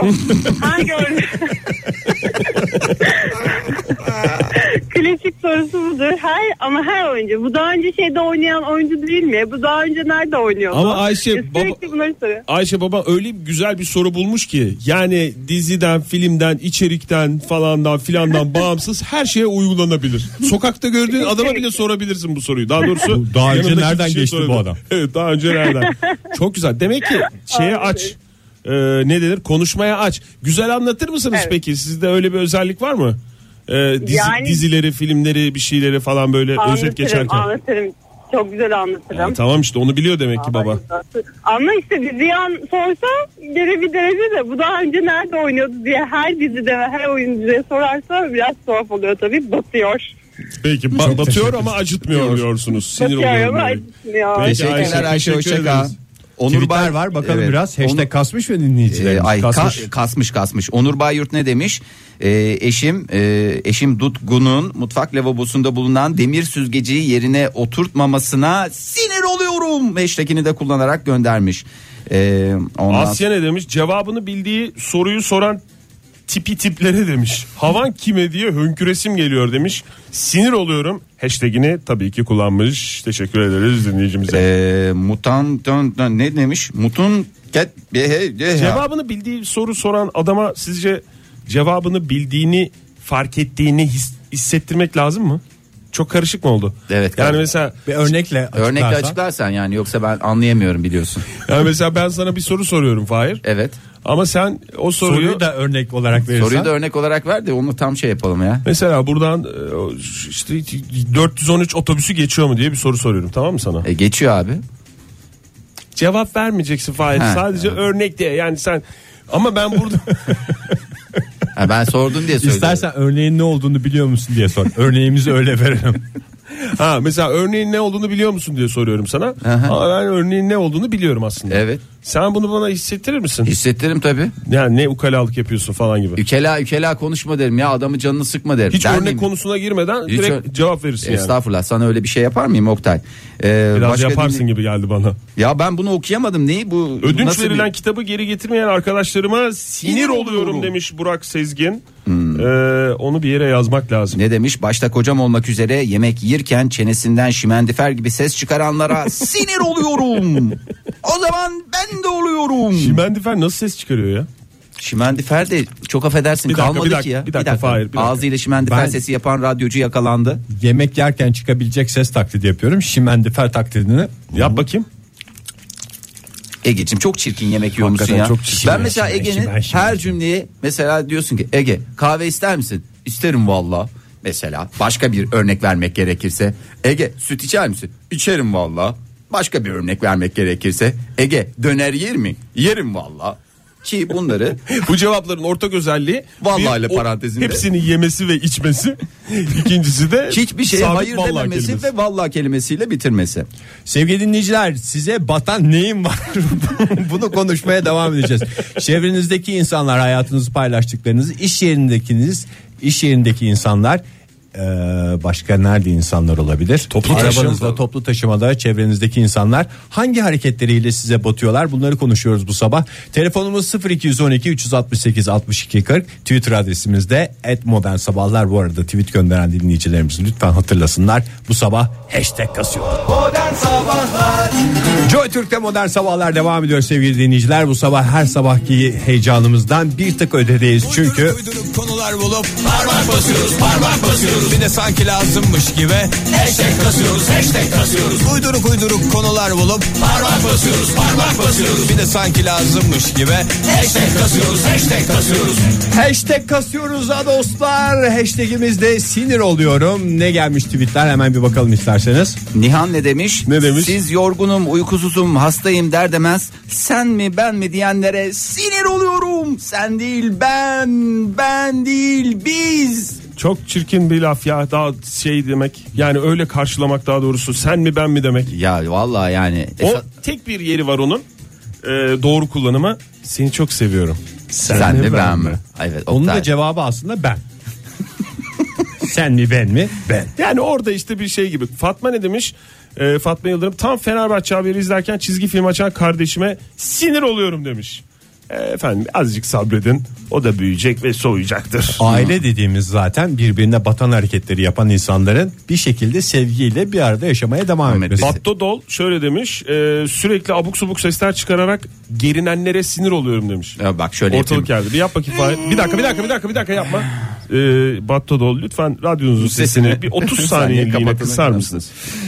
Klasik sorusu budur. Her oyuncu. Bu daha önce şeyde oynayan oyuncu değil mi? Bu daha önce nerede oynuyordu? Ama Ayşe sürekli bunları soruyor. Ayşe baba öyle güzel bir soru bulmuş ki, yani diziden, filmden, içerikten falandan filandan bağımsız her şeye uygulanabilir. Sokakta gördüğün adama bile sorabilirsin bu soruyu. Daha doğrusu Daha önce yanındaki nereden kişiye geçti bu sorabilir. adam? Evet, daha önce nereden? Çok güzel. Demek ki şeye aç. Ne denir? Konuşmaya aç. Güzel anlatır mısınız peki? Sizde öyle bir özellik var mı? Dizileri, filmleri, bir şeyleri falan böyle özet geçerken. Anlatırım. Çok güzel anlatırım. Tamam işte, onu biliyor demek ki baba. Ama işte dizi sorsa gene bir derece de bu daha önce nerede oynuyordu diye her dizide ve her oyuncuya sorarsa biraz tuhaf oluyor tabii, batıyor. Peki batıyor ama acıtmıyor diyorsunuz. Sinir Batıyor oluyorum. ama Yani. acıtmıyor. Peki, Teşekkürler Ayşe, teşekkür hoşça kal. ederiz. Twitter var bakalım Evet. biraz. Hashtag kasmış mı dinleyicilerimiz? Kasmış. Onur Bayyurt ne demiş? Eşim Dutku'nun mutfak lavabosunda bulunan demir süzgeciyi yerine oturtmamasına sinir oluyorum. Hashtag'ini de kullanarak göndermiş. Asya ne demiş? Cevabını bildiği soruyu soran tiplere demiş. Havan kime diye hönküresim geliyor demiş. Sinir oluyorum. Hashtag'ini tabii ki kullanmış. Teşekkür ederiz dinleyicimize. Ne demiş? Cevabını bildiği soru soran adama sizce cevabını bildiğini fark ettiğini hissettirmek lazım mı? Çok karışık mı oldu? Evet. Yani mesela Bir örnekle açıklarsan yani, yoksa ben anlayamıyorum biliyorsun. yani mesela ben sana bir soru soruyorum Fahir. Evet. Ama sen o soruyu da örnek olarak verirsen. Soruyu da örnek olarak ver de onu tam şey yapalım ya. Mesela buradan işte 413 otobüsü geçiyor mu diye bir soru soruyorum, tamam mı sana? Geçiyor abi. Cevap vermeyeceksin Fahir. Sadece örnek diye, yani sen, ama ben burada Ben sordum diye söyledim. İstersen örneğin ne olduğunu biliyor musun diye sor. Örneğimizi öyle verelim. Ha, mesela örneğin ne olduğunu biliyor musun diye soruyorum sana. Ama ben örneğin ne olduğunu biliyorum aslında. Evet. Sen bunu bana hissettirir misin? Hissettiririm tabii. Yani ne ukalalık yapıyorsun falan gibi. Ükela konuşma derim ya, adamı canını sıkma derim. Hiç Der örnek miyim? konusuna girmeden direkt cevap verirsin yani. Estağfurullah, sana öyle bir şey yapar mıyım Oktay? Biraz yaparsın gibi geldi bana. Ya ben bunu okuyamadım. Neyi bu? Ödünç nasıl verilen bir... kitabı geri getirmeyen arkadaşlarıma sinir oluyorum demiş Burak Sezgin. Onu bir yere yazmak lazım. Ne demiş? Başta kocam olmak üzere yemek yerken çenesinden şimendifer gibi ses çıkaranlara sinir oluyorum. O zaman ben de oluyorum. Şimendifer nasıl ses çıkarıyor ya? Şimendifer de çok affedersin Bir dakika, kalmadı bir dakika, ki ya. bir dakika, Fahir, bir dakika. Ağzıyla şimendifer Ben- sesi yapan radyocu yakalandı. Yemek yerken çıkabilecek ses taklidi yapıyorum. Şimendifer taklidini. Yap bakayım. Egeciğim çok çirkin yemek yiyormuşsun Hakikaten ya. çok çirkin. Ben mesela Ege'nin her cümleye mesela diyorsun ki Ege kahve ister misin? İsterim valla. Mesela başka bir örnek vermek gerekirse Ege süt içer misin? İçerim valla. Başka bir örnek vermek gerekirse Ege döner yer mi? Yerim valla. Ki bunları Bu cevapların ortak özelliği vallahi ile bir, parantezinde hepsini yemesi ve içmesi. İkincisi de hiçbir şeye sabit hayır vallahi dememesi kelimesi. ve vallahi kelimesiyle bitirmesi. Sevgili dinleyiciler, size batan neyim var? Bunu konuşmaya devam edeceğiz. Çevrenizdeki insanlar, hayatınızı paylaştıklarınız, iş yerindeki insanlar, başka nerede insanlar olabilir? Arabanızda, toplu taşımada çevrenizdeki insanlar hangi hareketleriyle size batıyorlar? Bunları konuşuyoruz bu sabah. Telefonumuz 0212 368 62 40. Twitter adresimizde @modernsabahlar. Bu arada tweet gönderen dinleyicilerimiz lütfen hatırlasınlar. Bu sabah hashtag kasıyor. Modern Sabahlar. Joy Türk'te Modern Sabahlar devam ediyor sevgili dinleyiciler. Bu sabah her sabahki heyecanımızdan bir tık ötedeyiz. Çünkü Uydurup konular bulup parmak basıyoruz. Bir de sanki lazımmış gibi hashtag kasıyoruz. Uyduruk konular bulup parmak basıyoruz. Bir de sanki lazımmış gibi hashtag kasıyoruz. hashtag kasıyoruz ha dostlar. Hashtagimizde sinir oluyorum. Ne gelmiş tweetler, hemen bir bakalım isterseniz. Nihan ne demiş? Ne demiş? Siz yorgunum, uykusuzum, hastayım der demez sen mi ben mi diyenlere sinir oluyorum. Sen değil ben değil biz. Çok çirkin bir laf ya, daha şey demek. Yani öyle karşılamak, daha doğrusu sen mi ben mi demek. Ya vallahi yani. O tek bir yeri var onun. Doğru kullanımı. Seni çok seviyorum. Sen mi ben mi? Evet, Onun da Oktay. cevabı aslında ben. Sen mi ben mi? Ben. Yani orada işte bir şey gibi. Fatma ne demiş? Fatma Yıldırım, tam Fenerbahçe haberi izlerken çizgi film açan kardeşime sinir oluyorum demiş. Efendim azıcık sabredin, o da büyüyecek ve soğuyacaktır. Aile dediğimiz zaten birbirine batan hareketleri yapan insanların bir şekilde sevgiyle bir arada yaşamaya devam etmesi. Batto Dol şöyle demiş, sürekli abuk subuk sesler çıkararak gerinenlere sinir oluyorum demiş. Ya bak şöyle Ortalık yapayım. geldi. Bir yap bakayım Fahir. Bir dakika yapma. Batto Dol lütfen radyonuzun sesini bir 30 saniyeliğine kapatın, kısar mısınız?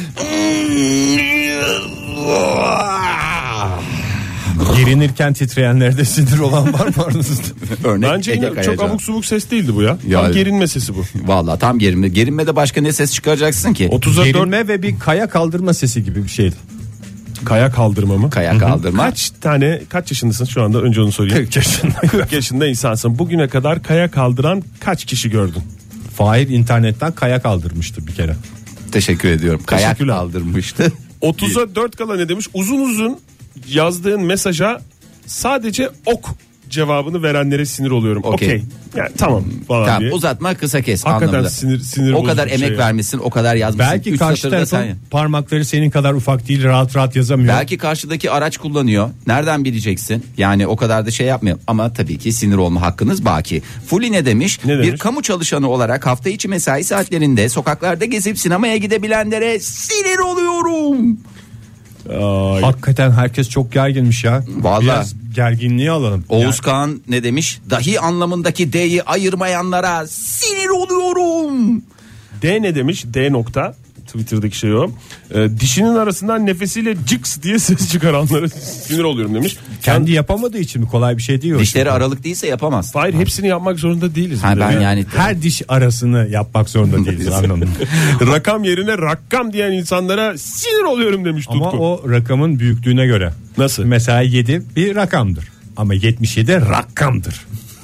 Gerinirken titreyenlerde sinir olan var mı aranızda? Örnek Bence Ege yine çok Kayacan. abuk subuk ses değildi bu ya. Ya- Tam gerinme sesi bu. Vallahi tam gerinme. Gerinmede başka ne ses çıkaracaksın ki? 30'a 4 Gerinme ve bir kaya kaldırma sesi gibi bir şeydi. kaya kaldırma mı? Kaya kaldırma. Kaç yaşındasın şu anda, önce onu sorayım. 40 yaşında. 40 yaşında insansın. Bugüne kadar kaya kaldıran kaç kişi gördün? Fahir internetten kaya kaldırmıştı bir kere. Teşekkür ediyorum. Kayak Teşekkürler. kaldırmıştı. 30'a 4 kala ne demiş? Uzun yazdığın mesaja sadece ok cevabını verenlere sinir oluyorum. Okey. Okey. Yani tamam falan Tamam, diye. uzatma kısa kes Hakikaten anlamında. sinir O bozucu kadar bir emek şey ya. vermişsin, o kadar yazmışsın. Belki Üç karşı satırda tarafın sen- parmakları senin kadar ufak değil, rahat yazamıyor. Belki karşıdaki araç kullanıyor. Nereden bileceksin? Yani o kadar da şey yapmayalım. Ama tabii ki sinir olma hakkınız baki. Fuli ne demiş? Ne demiş? Bir kamu çalışanı olarak hafta içi mesai saatlerinde sokaklarda gezip sinemaya gidebilenlere sinir oluyorum. Ay. Hakikaten herkes çok gerginmiş ya. Vallahi. Biraz gerginliği alalım. Oğuz Kağan ne demiş? Dahi anlamındaki D'yi ayırmayanlara sinir oluyorum. D ne demiş? D nokta. Twitter'daki şey o. Dişinin arasından nefesiyle cıks diye ses çıkaranlara sinir oluyorum demiş. Kendi yapamadığı için mi, kolay bir şey değil o. Dişleri çünkü. aralık değilse yapamaz. Hayır, hepsini yapmak zorunda değiliz. Ha, bir de. ben yani Her diş arasını yapmak zorunda değiliz anlamında. Rakam yerine rakkam diyen insanlara sinir oluyorum demiş Tutku. Ama o rakamın büyüklüğüne göre. Nasıl? Mesela 7 bir rakamdır. Ama 77 rakamdır.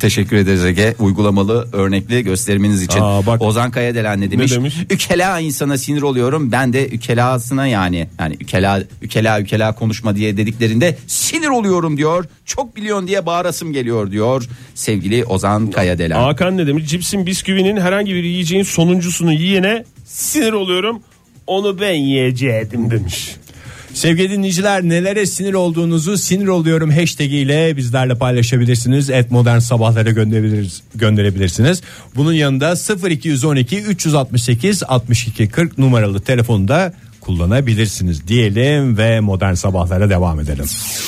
Teşekkür ederiz Ege. Uygulamalı örnekli göstermeniz için. Bak. Ozan Kayadelen ne demiş? Ükela insana sinir oluyorum. Ben de ükelasına yani ükela konuşma diye dediklerinde sinir oluyorum diyor. Çok biliyorsun diye bağırasım geliyor diyor. Sevgili Ozan Kayadelen. Hakan ne demiş? Cipsin, bisküvinin, herhangi bir yiyeceğin sonuncusunu yiyene sinir oluyorum. Onu ben yiyeceğim demiş. Sevgili dinleyiciler, nelere sinir olduğunuzu sinir oluyorum hashtag ile bizlerle paylaşabilirsiniz. @modern sabahlara gönderebilirsiniz. Bunun yanında 0212 368 62 40 numaralı telefonu da kullanabilirsiniz diyelim ve modern sabahlara devam edelim.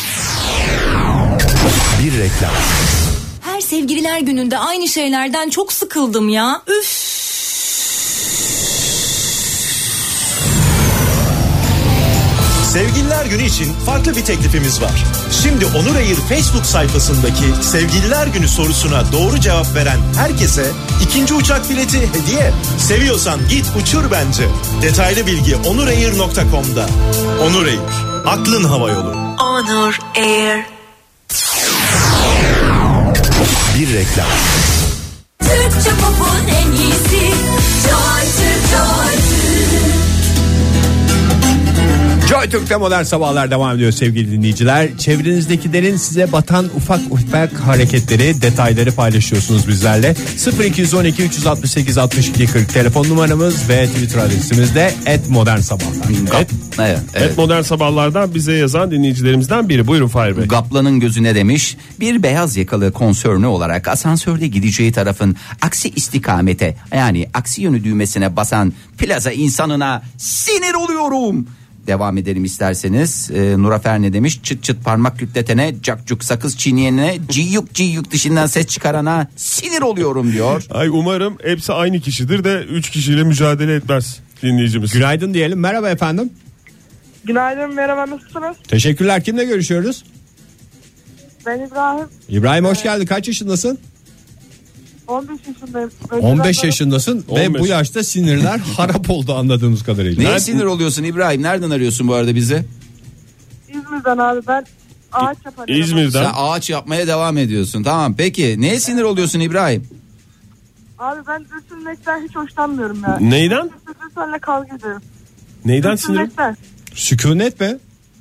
Bir reklam. Her sevgililer gününde aynı şeylerden çok sıkıldım ya. Üf. Sevgililer günü için farklı bir teklifimiz var. Şimdi Onur Air Facebook sayfasındaki Sevgililer günü sorusuna doğru cevap veren herkese 2. uçak bileti hediye. Seviyorsan git uçur bence. Detaylı bilgi onurair.com'da. Onur Air, aklın hava yolu. Onur Air. Bir reklam. Türkçe pop'un en iyisi Joy Türk. Joy Türk'te modern sabahlar devam ediyor sevgili dinleyiciler. Çevrenizdekilerin size batan ufak hareketleri, detayları paylaşıyorsunuz bizlerle. 0212 368 62 40 telefon numaramız ve Twitter adresimiz de @modernsabahlar. Modern sabahlardan bize yazan dinleyicilerimizden biri. Buyurun Fahir Bey. Gaplanın gözüne demiş. Bir beyaz yakalı konsörnü olarak asansörde gideceği tarafın aksi istikamete, yani aksi yönü düğmesine basan plaza insanına sinir oluyorum. Devam edelim isterseniz. Nurafer ne demiş? Çıt çıt parmak kütletene, cakcuk sakız çiğneyene, ciyyuk ciyyuk dişinden ses çıkarana sinir oluyorum diyor. Ay umarım hepsi aynı kişidir de 3 kişiyle mücadele etmez dinleyicimiz. Günaydın diyelim. Merhaba efendim. Günaydın, merhaba, nasılsınız? Teşekkürler. Kimle görüşüyoruz? Ben İbrahim. İbrahim hoş geldin. Kaç yaşındasın? 15 yaşındayım. 15 yaşındasın 15. Ve bu yaşta sinirler harap oldu anladığımız kadarıyla. Neye sinir oluyorsun İbrahim? Nereden arıyorsun bu arada bizi? İzmir'den abi, ben ağaç yaparım. İzmir'den. Sen ağaç yapmaya devam ediyorsun. Tamam, peki neye sinir oluyorsun İbrahim? Abi ben dürtülmekten hiç hoşlanmıyorum ya. Neyden? Dürtülmekle kavga ediyorum. Neyden sinir? Sükunet mi?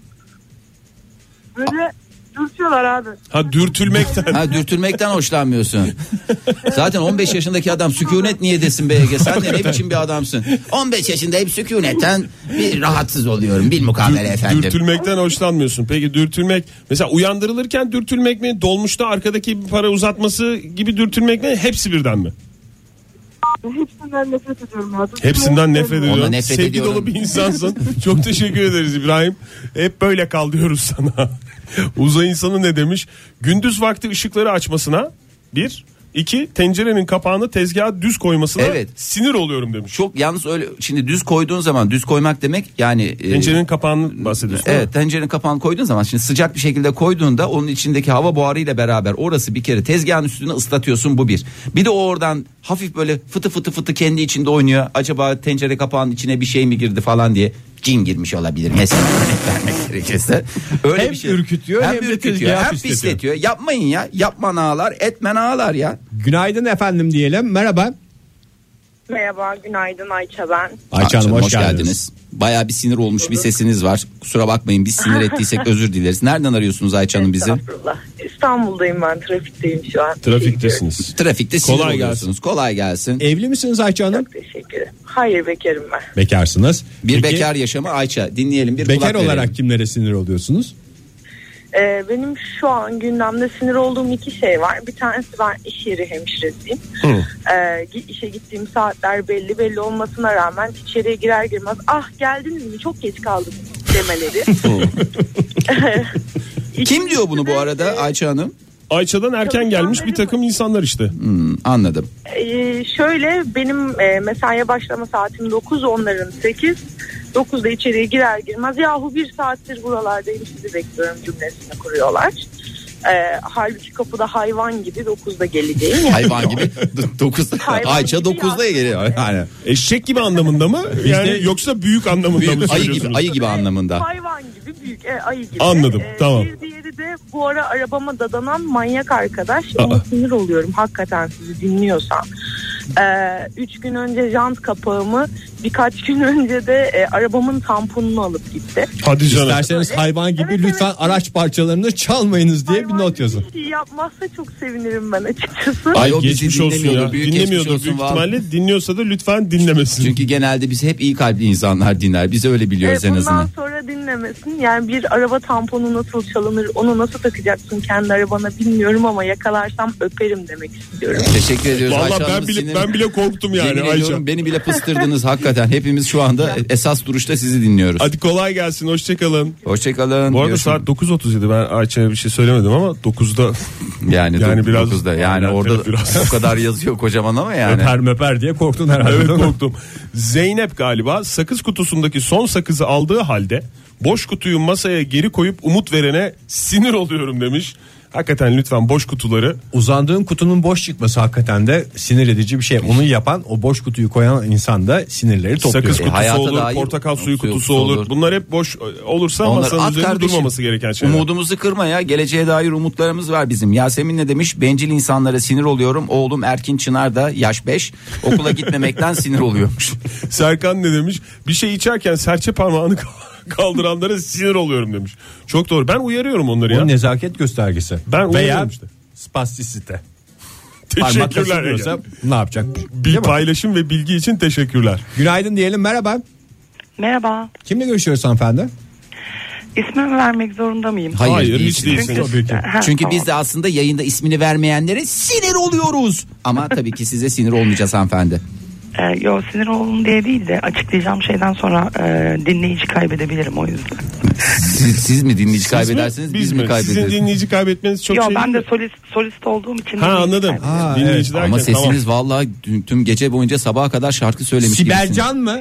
Böyle dürtüyorlar abi. Dürtülmekten hoşlanmıyorsun. Zaten 15 yaşındaki adam sükunet niye desin be Ege? Sen de ne biçim bir adamsın? 15 yaşındayım, sükunetten bir rahatsız oluyorum. Bilmukabele efendim. Dürtülmekten hoşlanmıyorsun. Peki dürtülmek, mesela uyandırılırken dürtülmek mi? Dolmuşta arkadaki para uzatması gibi dürtülmek mi? Hepsi birden mi? Hepsinden nefret ediyorum abi. Hepsinden nefret ediyorum. Nefret Sevgi ediyorum. dolu bir insansın. Çok teşekkür ederiz İbrahim. Hep böyle kal diyoruz sana. Uzay insanı ne demiş? Gündüz vakti ışıkları açmasına 1, 2 tencerenin kapağını tezgaha düz koymasına sinir oluyorum demiş. Çok yalnız öyle, şimdi düz koyduğun zaman, düz koymak demek yani tencerenin kapağını bahsediyorsun. Evet, tencerenin kapağını koyduğun zaman, şimdi sıcak bir şekilde koyduğunda onun içindeki hava buharıyla beraber orası bir kere tezgahın üstüne ıslatıyorsun, bu bir. Bir de o oradan hafif böyle fıtı fıtı fıtı kendi içinde oynuyor. Acaba tencere kapağının içine bir şey mi girdi falan diye. Cin girmiş olabilir mesela, vermek gerekirse. Öyle hem bir şey. ürkütüyor hem ürkütüyor, hem pisletiyor. Yapmayın ya. Yapma ağalar, etmen ağalar ya. Günaydın efendim diyelim. Merhaba. Merhaba, günaydın, Ayça ben. Ayça Hanım hoş geldiniz. Bayağı bir sinir olmuş bir sesiniz var. Kusura bakmayın, biz sinir ettiysek özür dileriz. Nereden arıyorsunuz Ayça Hanım bizi? İstanbul'dayım ben, trafikteyim şu an. Trafiktesiniz. Trafikte sinir oluyorsunuz. Kolay gelsin. Evli misiniz Ayça Hanım? Çok teşekkür ederim. Hayır, bekarım ben. Bekarsınız. Bir Peki, bekar yaşamı Ayça. Dinleyelim, bir bekar kulak olarak verelim. kimlere sinir oluyorsunuz? Benim şu an gündemde sinir olduğum 2 şey var. Bir tanesi, ben iş yeri hemşiresiyim. İşe gittiğim saatler belli olmasına rağmen içeriye girer girmez geldiniz mi, çok geç kaldım demeleri. Kim diyor bunu bu arada Ayça Hanım? Ayça'dan erken gelmiş bir takım insanlar işte. Anladım. Şöyle, benim mesaiye başlama saatim 9, onların 8. 9'da içeriye girer girmez yahu 1 saattir buralardayım, sizi bekliyorum cümlesini kuruyorlar. Halbuki kapıda hayvan gibi 9'da geleceğim. Yani. Hayvan gibi 9'da. Ayça 9'da geliyor. Yani. Eşek gibi anlamında mı? Yani yoksa büyük anlamında mı ayı söylüyorsunuz? gibi, ayı gibi anlamında. Hayvan gibi büyük, ayı gibi. Anladım, tamam. Bir diğeri de bu ara arabama dadanan manyak arkadaş. Ona sinir oluyorum hakikaten sizi dinliyorsam. 3 gün önce jant kapağımı, birkaç gün önce de arabamın tamponunu alıp gitti. Hadi canım. İsterseniz hayvan gibi lütfen araç parçalarını çalmayınız diye bir not yazın. Bir şey yapmazsa çok sevinirim ben açıkçası. Ay geçmiş olsun ya. Dinlemiyordur büyük ihtimalle. Dinliyorsa da lütfen dinlemesin. Çünkü genelde bizi hep iyi kalpli insanlar dinler. Biz öyle biliyoruz en azından. Bundan sonra dinlemesin. Yani bir araba tamponu nasıl çalınır, onu nasıl takacaksın kendi arabana bilmiyorum ama yakalarsam öperim demek istiyorum. Teşekkür ediyoruz. Vallahi ben bile korktum yani Ayça. Beni bile pıstırdınız hakikaten. Hepimiz şu anda esas duruşta sizi dinliyoruz. Hadi kolay gelsin. Hoşçakalın. Hoşçakalın. Bu arada saat 9.37. Ben Ayça'ya bir şey söylemedim ama 9'da yani biraz 9'da yani orada biraz. O kadar yazıyor kocaman ama yani. Öper diye korktun herhalde. Evet korktum. Zeynep galiba sakız kutusundaki son sakızı aldığı halde boş kutuyu masaya geri koyup umut verene sinir oluyorum demiş. Hakikaten lütfen boş kutuları. Uzandığın kutunun boş çıkması hakikaten de sinir edici bir şey. Onu yapan, o boş kutuyu koyan insan da sinirleri topluyor. Sakız kutusu olur, portakal suyu kutusu olur. Bunlar hep boş olursa masanın üzerinde durmaması gereken şeyler. Umudumuzu kırma ya. Geleceğe dair umutlarımız var bizim. Yasemin ne demiş? Bencil insanlara sinir oluyorum. Oğlum Erkin Çınar da yaş 5. Okula gitmemekten sinir oluyormuş. Serkan ne demiş? Bir şey içerken serçe parmağını kaldıranlara sinir oluyorum demiş. Çok doğru. Ben uyarıyorum onları ya. O nezaket göstergesi. Ben veya işte. Spastisite. Teşekkürler. Ne yapacak? Bir paylaşım ve bilgi için teşekkürler. Günaydın diyelim. Merhaba. Merhaba. Kimle görüşüyoruz hanımefendi? İsmimi vermek zorunda mıyım? Hayır hiç değilsiniz. Çünkü biz de aslında yayında ismini vermeyenlere sinir oluyoruz. Ama tabii ki size sinir olmayacağız hanımefendi. Yok sinir olun diye değil de açıklayacağım şeyden sonra dinleyici kaybedebilirim o yüzden. Siz mi dinleyici kaybedersiniz biz mi kaybederiz? Sizin dinleyici kaybetmeniz çok Yok, şey ben değil de solist olduğum için. Anladım. Evet. Ama sesiniz vallahi tüm gece boyunca sabaha kadar şarkı söylemiş gibisiniz. Sibelcan mı?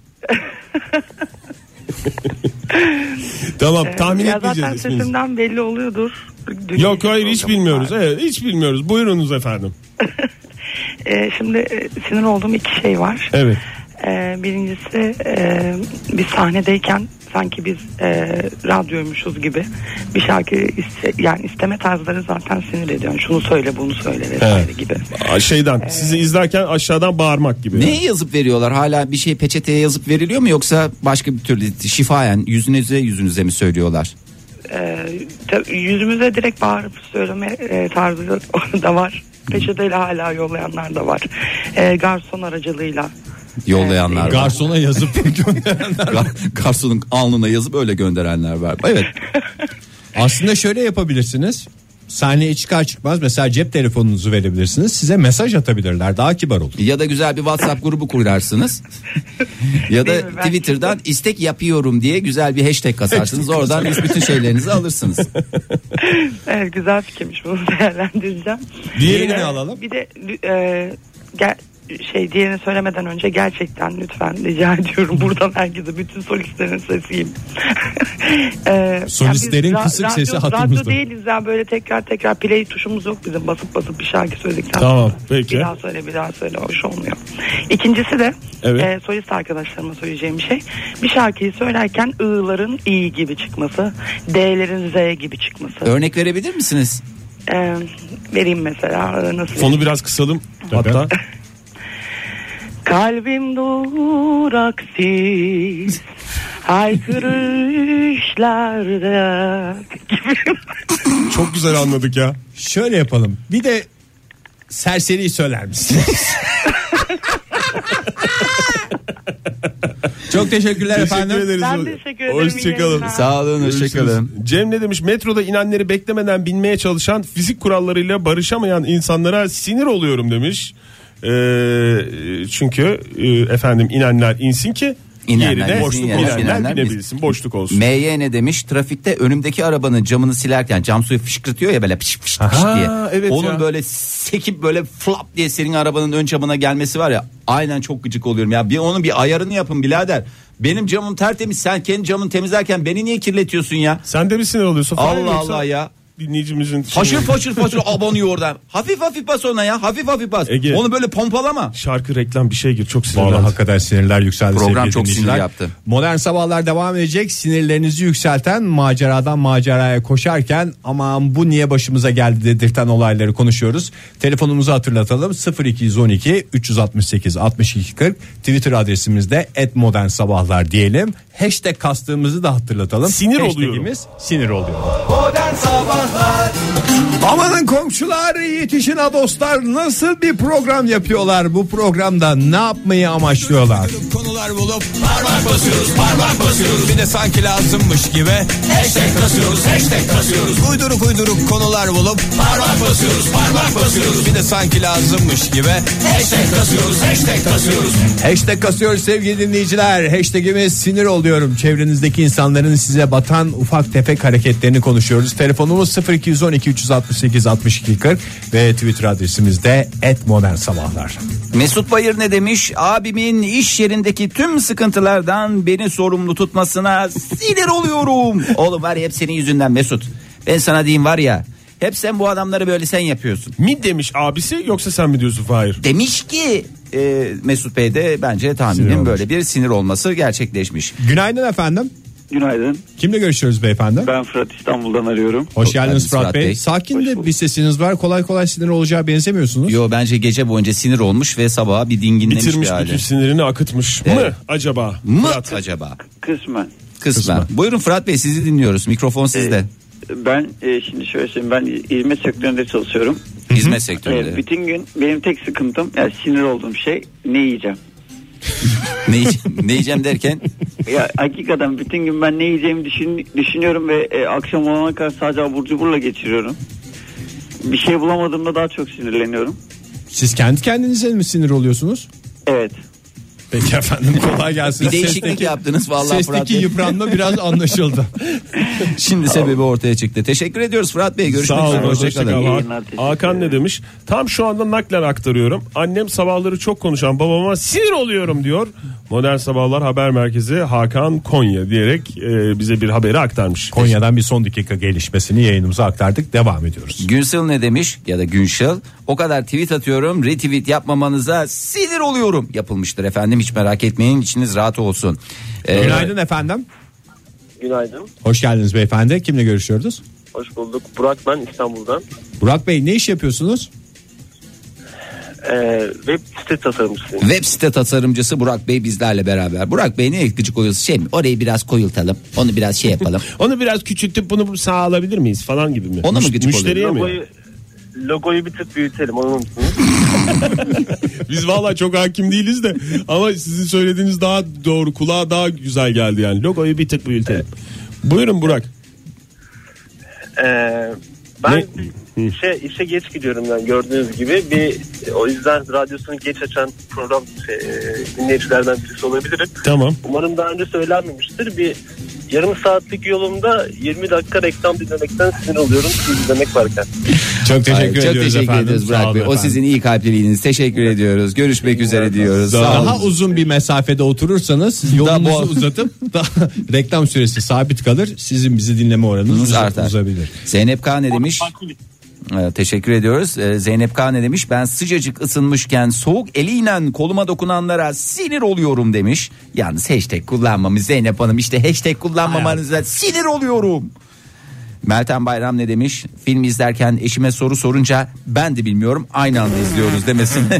Tamam tahmin etmeyeceğiz zaten isminizi. sesimden belli oluyordur. Yok hayır hiç bilmiyoruz. Evet, hiç bilmiyoruz. Buyurunuz efendim. Şimdi sinir olduğum iki şey var. Evet. Birincisi biz sahnedeyken sanki biz radyoymuşuz gibi bir şarkı yani isteme tarzları zaten sinir ediyor. Yani şunu söyle bunu söyle vesaire gibi. Sizi izlerken aşağıdan bağırmak gibi. Neye yazıp veriyorlar? Hala bir şey peçeteye yazıp veriliyor mu yoksa başka bir türlü şifayen yüzünüze mi söylüyorlar? Yüzümüze direkt bağırıp söyleme tarzı da var. Peçeteyle hala yollayanlar da var. Garson aracılığıyla yollayanlar var. Garsona yazıp gönderenler. Garsonun alnına yazıp öyle gönderenler var. Evet. Aslında şöyle yapabilirsiniz. Sahneye çıkar çıkmaz mesela cep telefonunuzu verebilirsiniz. Size mesaj atabilirler. Daha kibar olur. Ya da güzel bir WhatsApp grubu kurarsınız. Ya da Twitter'dan istek yapıyorum diye güzel bir hashtag kasarsınız. Oradan bütün şeylerinizi alırsınız. Evet güzel fikirmiş, bunu değerlendireceğim. Diğerini alalım. Bir de diğerini söylemeden önce gerçekten lütfen rica ediyorum buradan herkese, bütün solistlerin sesiyim. Solistlerin kısık sesi hatırımızda. Radyo değiliz ya, böyle tekrar play tuşumuz yok bizim, basıp bir şarkı söyledikten tamam, sonra. peki. Bir daha söyle hoş olmuyor. İkincisi de evet. Solist arkadaşlarıma söyleyeceğim bir şey. Bir şarkıyı söylerken I'ların İ gibi çıkması, D'lerin Z gibi çıkması. Örnek verebilir misiniz? Vereyim mesela. Nasıl? Fonu biraz kısalım hatta. Kalbim duraksız haykırışlarda gibi. Çok güzel anladık ya. Şöyle yapalım. Bir de serseriyi söyler misiniz? Çok teşekkürler efendim. Ederiz. Ben teşekkür ederim. Hoşçakalın. Sağ olun, hoşçakalın. Cem ne demiş? Metroda inenleri beklemeden binmeye çalışan, fizik kurallarıyla barışamayan insanlara sinir oluyorum demiş. Çünkü efendim inenler insin ki yerine boşluk inenler binebilsin, boşluk olsun. MY ne demiş? Trafikte önümdeki arabanın camını silerken cam suyu fışkırtıyor ya böyle pış pış diye. Evet onun ya. böyle sekip böyle flap diye senin arabanın ön camına gelmesi var ya, aynen çok gıcık oluyorum ya. Onun bir ayarını yapın birader. Benim camım tertemiz, sen kendi camını temizlerken beni niye kirletiyorsun ya? Sen de mi sinir oluyorsun? Allah Allah ya. dinleyicimizin. Faşır abanıyor oradan. Hafif bas ona ya. Hafif bas. Ege, onu böyle pompalama. Şarkı, reklam bir şey gir, çok sinirlendi. Vallahi hakikaten sinirler yükseldi. Program çok sinir yaptı. Modern Sabahlar devam edecek. Sinirlerinizi yükselten, maceradan maceraya koşarken aman bu niye başımıza geldi dedirten olayları konuşuyoruz. Telefonumuzu hatırlatalım. 0212 368 62 40. Twitter adresimizde @modernsabahlar diyelim. Hashtag kastığımızı da hatırlatalım. Sinir Hashtagimiz oluyorum. Sinir oluyor. Modern Sabahlar. Amanın komşular, yetişin ha dostlar, nasıl bir program yapıyorlar? Bu programda ne yapmayı amaçlıyorlar? Konular bulup parmak basıyoruz. Bir de sanki lazımmış gibi hashtag kasıyoruz. Uyduruk konular bulup parmak basıyoruz. Bir de sanki lazımmış gibi hashtag kasıyoruz. Hashtag kasıyoruz sevgili dinleyiciler. Hashtagimiz sinir oluyorum. Çevrenizdeki insanların size batan ufak tefek hareketlerini konuşuyoruz. Telefonumuz 0212 368 62 40 ve Twitter adresimizde @modernsabahlar. Mesut Bayır ne demiş? Abimin iş yerindeki tüm sıkıntılardan beni sorumlu tutmasına sinir oluyorum. Oğlum var ya, hep senin yüzünden Mesut. Ben sana diyeyim var ya, hep sen bu adamları böyle sen yapıyorsun. Mi demiş abisi, yoksa sen mi diyorsun Fahir? Demiş ki Mesut Bey de bence tahminim böyle bir sinir olması gerçekleşmiş. Günaydın efendim. Günaydın. Kimle görüşüyoruz beyefendi? Ben Fırat, İstanbul'dan arıyorum. Hoş geldiniz Fırat Bey. Sakin de bir sesiniz var. Kolay kolay sinir olacağı benzemiyorsunuz. Yo, bence gece boyunca sinir olmuş ve sabaha bir dinginlemiş bitirmiş bir hali. bütün sinirini akıtmış mı acaba? Fırat acaba? Kısmen. Buyurun Fırat Bey, sizi dinliyoruz. Mikrofon sizde. Ben şimdi şöyle söyleyeyim, ben hizmet sektöründe çalışıyorum. Hizmet sektöründe. Bütün gün benim tek sıkıntım, yani sinir olduğum şey, ne yiyeceğim. Ne yiyeceğim derken? Ya hakikaten bütün gün ben ne yiyeceğimi düşünüyorum ve akşam olana kadar sadece abur cuburla geçiriyorum. Bir şey bulamadığımda daha çok sinirleniyorum. Siz kendi kendinize mi sinir oluyorsunuz? Evet. Peki efendim, kolay gelsin. Bir değişiklik yaptınız vallahi Fırat Sesteki Bey. yıpranma biraz anlaşıldı. Şimdi sebebi ortaya çıktı. Teşekkür ediyoruz Fırat Bey. Görüşmek Sağ üzere. olun. Hoşçakalın. Hakan ne demiş? Tam şu anda naklen aktarıyorum. Annem sabahları çok konuşan babama sinir oluyorum diyor. Modern Sabahlar Haber Merkezi Hakan Konya diyerek bize bir haberi aktarmış. Konya'dan bir son dakika gelişmesini yayınımıza aktardık. Devam ediyoruz. Günsel ne demiş ya da Günşel? O kadar tweet atıyorum, retweet yapmamanıza sinir oluyorum. Yapılmıştır efendim, hiç merak etmeyin, içiniz rahat olsun. Günaydın efendim. Günaydın. Hoş geldiniz beyefendi. Kimle görüşüyoruz? Hoş bulduk. Burak ben, İstanbul'dan. Burak Bey, ne iş yapıyorsunuz? Web site tasarımcısıyım. Web site tasarımcısı Burak Bey bizlerle beraber. Burak Bey, ne gıcık oluyorsun? Şey mi? Orayı biraz koyultalım. Onu biraz şey yapalım. Onu biraz küçültüp bunu sağa alabilir miyiz falan gibi mi? Ona mı gıcık Müşteriye mi? Logoyu bir tık büyütelim, onu unutmayın. Biz vallahi çok hakim değiliz de ama sizin söylediğiniz daha doğru, kulağa daha güzel geldi yani. Logoyu bir tık büyütelim. Buyurun Burak. Ben işe geç gidiyorum yani, gördüğünüz gibi. O yüzden radyosunu geç açan program dinleyicilerden birisi olabilirim. Tamam. Umarım daha önce söylenmemiştir. Bir yarım saatlik yolumda 20 dakika reklam dinlemekten sinir oluyorum, siz izlemek varken. Çok teşekkür ediyoruz teşekkür efendim. ediyoruz Burak Bey. O sizin iyi kalpliliğiniz. Teşekkür ediyoruz. Görüşmek üzere diyoruz. Daha uzun bir mesafede oturursanız yolunuzu uzatıp reklam süresi sabit kalır. Sizin bizi dinleme oranınız uzabilir. Zeynep K ne demiş? Teşekkür ediyoruz. Zeynep K ne demiş? Ben sıcacık ısınmışken soğuk eliyle koluma dokunanlara sinir oluyorum demiş. Yalnız hashtag kullanmamış Zeynep Hanım. İşte hashtag kullanmamanıza sinir oluyorum. Meltem Bayram ne demiş? Film izlerken eşime soru sorunca ben de bilmiyorum, aynı anda izliyoruz demesine.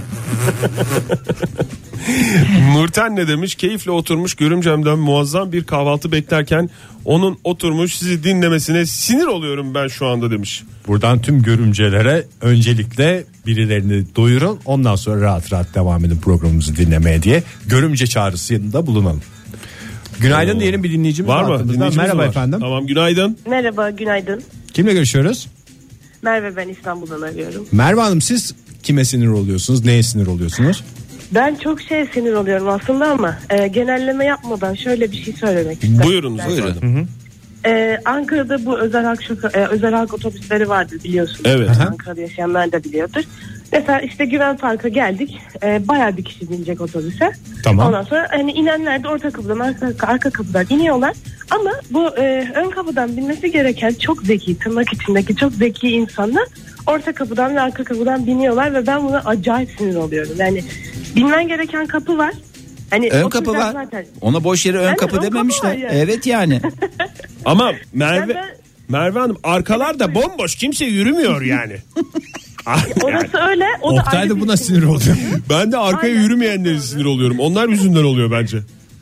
Nurten ne demiş? Keyifle oturmuş görümcemden muazzam bir kahvaltı beklerken onun oturmuş sizi dinlemesine sinir oluyorum ben şu anda demiş. Buradan tüm görümcelere öncelikle birilerini doyurun, ondan sonra rahat rahat devam edin programımızı dinlemeye diye görümce çağrısında bulunalım. Günaydın diyelim, bir dinleyicimiz var mı? Merhaba var. efendim. Tamam, günaydın. Merhaba, günaydın. Kimle görüşüyoruz? Merve, ben İstanbul'dan arıyorum. Merve Hanım, siz kime sinir oluyorsunuz? Neye sinir oluyorsunuz? Ben çok sinir oluyorum aslında ama genelleme yapmadan şöyle bir şey söylemek isterim. Buyurunuz. Buyurun. Ankara'da bu özel halk otobüsleri vardır, biliyorsunuz. Evet. Ankara'da yaşayanlar da biliyordur. Mesela işte Güven Park'a geldik. Bayağı bir kişi binecek otobüse. Tamam. Ondan sonra hani inenler de orta kapıdan arka kapıdan iniyorlar. Ama bu ön kapıdan binmesi gereken çok zeki, tırnak içindeki çok zeki insanlar orta kapıdan ve arka kapıdan biniyorlar ve ben buna acayip sinir oluyorum. Yani binmen gereken kapı var. Hani ön kapı var. Zaten. Ona boş yere ön kapı dememişler. Yani. Evet yani. Ama Merve Hanım arkalar da bomboş, kimse yürümüyor yani. Orası öyle. O da Oktay da buna sinir oluyor. Ben de arkaya yürümeyenlere sinir oluyorum. Onlar yüzünden oluyor bence.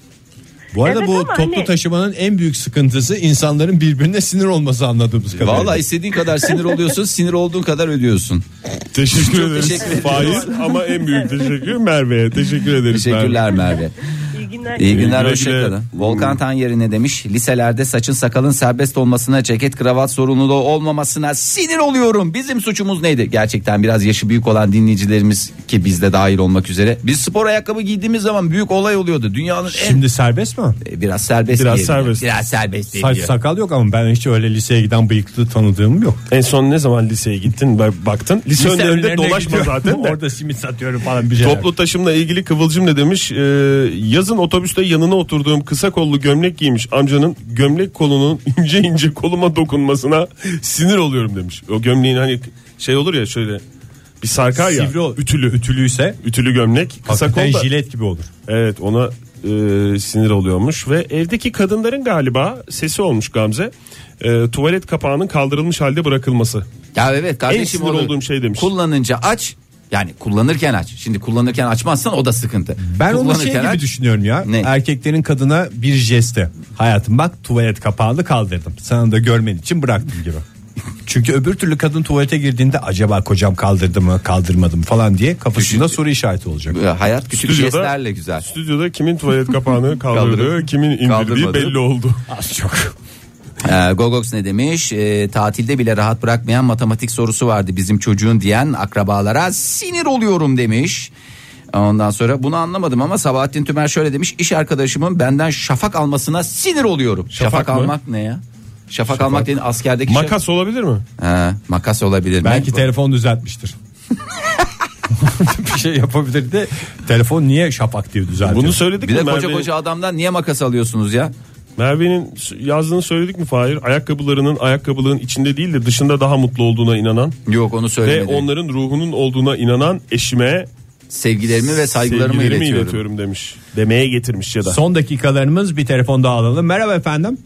Bu arada bu toplu taşımanın en büyük sıkıntısı insanların birbirine sinir olması anladığımız kadarıyla. Vallahi istediğin kadar sinir oluyorsun, sinir olduğun kadar ödüyorsun. Teşekkür ederiz. Fahir ama en büyük teşekkür Merve'ye. Teşekkür ederiz. Teşekkürler Merve. İyi günler, hoşçakalın. Volkan Tanyeri ne demiş? Liselerde saçın sakalın serbest olmasına, ceket kravat sorumluluğu olmamasına sinir oluyorum. Bizim suçumuz neydi? Gerçekten biraz yaşı büyük olan dinleyicilerimiz, ki biz de dahil olmak üzere, biz spor ayakkabı giydiğimiz zaman büyük olay oluyordu. Dünyanın Şimdi serbest mi? Biraz serbest. Biraz serbest. Biraz serbest diye. Saç sakal yok ama ben hiç öyle liseye giden bıyıklı tanıdığım yok. En son ne zaman liseye gittin? Baktın. Lise önlerinde dolaşma zaten de. Orada simit satıyorum falan bir şeyler. Toplu taşımla ilgili Kıvılcım ne demiş? Yazın otobüste yanına oturduğum kısa kollu gömlek giymiş amcanın gömlek kolunun ince ince koluma dokunmasına sinir oluyorum demiş. O gömleğin hani şey olur ya, şöyle bir sarkar ya. Sivri ütülüyse ütülü gömlek kısa kolda jilet gibi olur. Evet, ona sinir oluyormuş. Ve evdeki kadınların galiba sesi olmuş Gamze. Tuvalet kapağının kaldırılmış halde bırakılması. Ya evet kardeşim, en sinir olduğum şey demiş. Kullanınca aç. Yani kullanırken aç. Şimdi kullanırken açmazsan o da sıkıntı. Ben onu şey gibi düşünüyorum ya. Ne? Erkeklerin kadına bir jeste. Hayatım bak, tuvalet kapağını kaldırdım. Sana da görmen için bıraktım gibi. Çünkü öbür türlü kadın tuvalete girdiğinde acaba kocam kaldırdı mı kaldırmadı mı falan diye kafasında soru işareti olacak. Hayat küçük jestlerle güzel. Stüdyoda kimin tuvalet kapağını kaldırdığı, kimin indirdiği belli oldu. Az çok. Gogox ne demiş? Tatilde bile rahat bırakmayan matematik sorusu vardı bizim çocuğun diyen akrabalara sinir oluyorum demiş. Ondan sonra bunu anlamadım ama Sabahattin Tümer şöyle demiş: İş arkadaşımın benden şafak almasına sinir oluyorum. Şafak almak ne ya? Şafak almak dediğin askerdeki makas olabilir mi? Makas olabilir. Belki telefon düzeltmiştir. Bir şey yapabilir de telefon niye şafak diye düzeltiyor? Bunu söyledik mi? Bir de koca adamdan niye makas alıyorsunuz ya? Merve'nin yazdığını söyledik mi Fahir? Ayakkabılığın içinde değil de dışında daha mutlu olduğuna inanan. Yok, onu söylemedim. Ve onların ruhunun olduğuna inanan eşime sevgilerimi ve saygılarımı iletiyorum demiş. Demeye getirmiş ya da. Son dakikalarımız, bir telefon daha alalım. Merhaba efendim.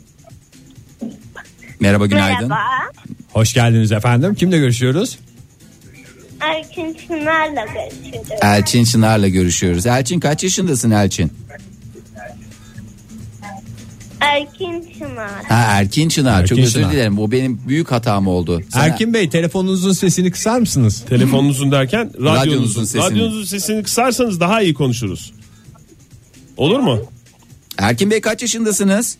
Merhaba, günaydın. Merhaba. Hoş geldiniz efendim. Kimle görüşüyoruz? Elçin Çınar'la görüşüyoruz. Elçin Çınar'la görüşüyoruz. Elçin, kaç yaşındasın Elçin? Erkin Çınar. Erkin Çınar. Çok özür dilerim. O benim büyük hatam oldu. Erkin Bey, telefonunuzun sesini kısar mısınız? Telefonunuzun derken radyonuzun sesini kısarsanız daha iyi konuşuruz. Olur mu? Erkin Bey, kaç yaşındasınız?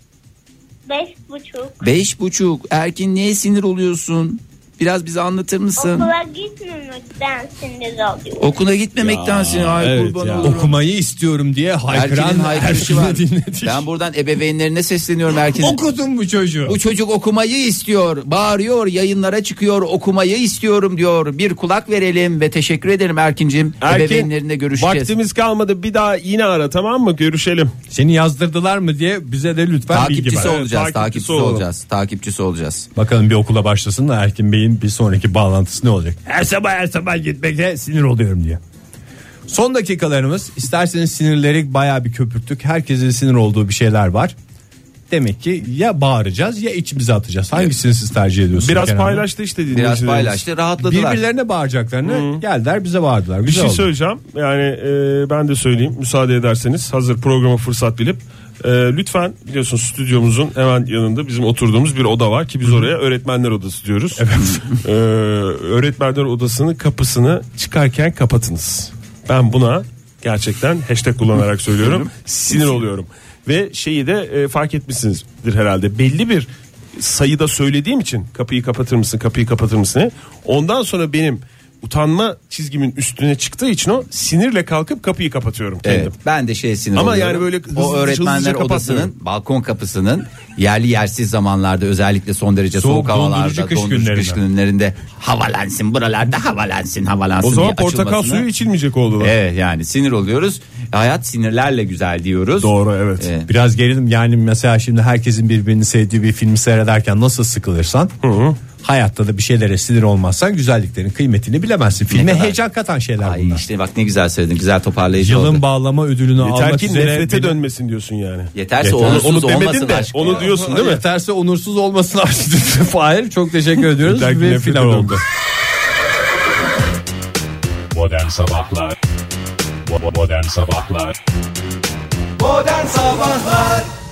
5,5. 5,5. Erkin, neye sinir oluyorsun? Biraz bize anlatır mısın? Okula gitmemekten sinir oluyorum. Okula gitmemekten sinir. Evet ya. Okumayı istiyorum diye haykıran haykırışı var. Ben buradan ebeveynlerine sesleniyorum Erkin. Okudun bu çocuğu. Bu çocuk okumayı istiyor. Bağırıyor, yayınlara çıkıyor. Okumayı istiyorum diyor. Bir kulak verelim ve teşekkür ederim Erkin'cim. Ebeveynlerine görüşeceğiz. Vaktimiz kalmadı. Bir daha yine ara, tamam mı? Görüşelim. Seni yazdırdılar mı diye bize de lütfen bilgi ver. Takipçisi olacağız. Bakalım bir okula başlasın da Erkin Bey'in bir sonraki bağlantısı ne olacak? Her sabah gitmekle sinir oluyorum diye. Son dakikalarımız, isterseniz sinirleri bayağı bir köpürttük. Herkesin sinir olduğu bir şeyler var. Demek ki ya bağıracağız ya içimize atacağız. Hangisini siz tercih ediyorsunuz? Biraz paylaştı işte. Biraz paylaştı, rahatladılar. Birbirlerine bağıracaklarını geldiler bize bağırdılar. Güzel bir şey oldu. Söyleyeceğim. Yani ben de söyleyeyim müsaade ederseniz, hazır programa fırsat bilip. Lütfen, biliyorsunuz stüdyomuzun hemen yanında bizim oturduğumuz bir oda var ki biz oraya öğretmenler odası diyoruz. Evet. Öğretmenler odasının kapısını çıkarken kapatınız. Ben buna gerçekten hashtag kullanarak söylüyorum. Sinir oluyorum. Ve şeyi de fark etmişsinizdir herhalde. Belli bir sayıda söylediğim için kapıyı kapatır mısın? Ondan sonra benim utanma çizgimin üstüne çıktığı için o sinirle kalkıp kapıyı kapatıyorum kendim. Evet, ben de sinir ama oluyorum. Yani böyle o öğretmenler odasının balkon kapısının yerli yersiz zamanlarda, özellikle son derece soğuk havalarda, dondurucu kış günlerinde havalansın, buralarda havalansın o zaman portakal suyu içilmeyecek oldular. Evet, yani sinir oluyoruz. Hayat sinirlerle güzel diyoruz. Doğru, evet. Biraz gerildim yani, mesela şimdi herkesin birbirini sevdiği bir filmi seyrederken nasıl sıkılırsan, hayatta da bir şeylere sinir olmazsan güzelliklerin kıymetini bilemezsin. Filme kadar heyecan katan şeyler Ay bunlar. işte bak ne güzel söyledin, güzel toparlayıcı Yılın oldu. bağlama ödülünü Yeter almak ki üzere nefrete benim- dönmesin diyorsun yani. Yeterse onursuz onu demedin olmasın de aşk. onu diyorsun değil mi? Yeterse onursuz olmasın aşkım. Fahir, çok teşekkür ediyoruz. Yeter ki Ve nefrete final oldu. dönme. Modern Sabahlar. Modern Sabahlar. Modern Sabahlar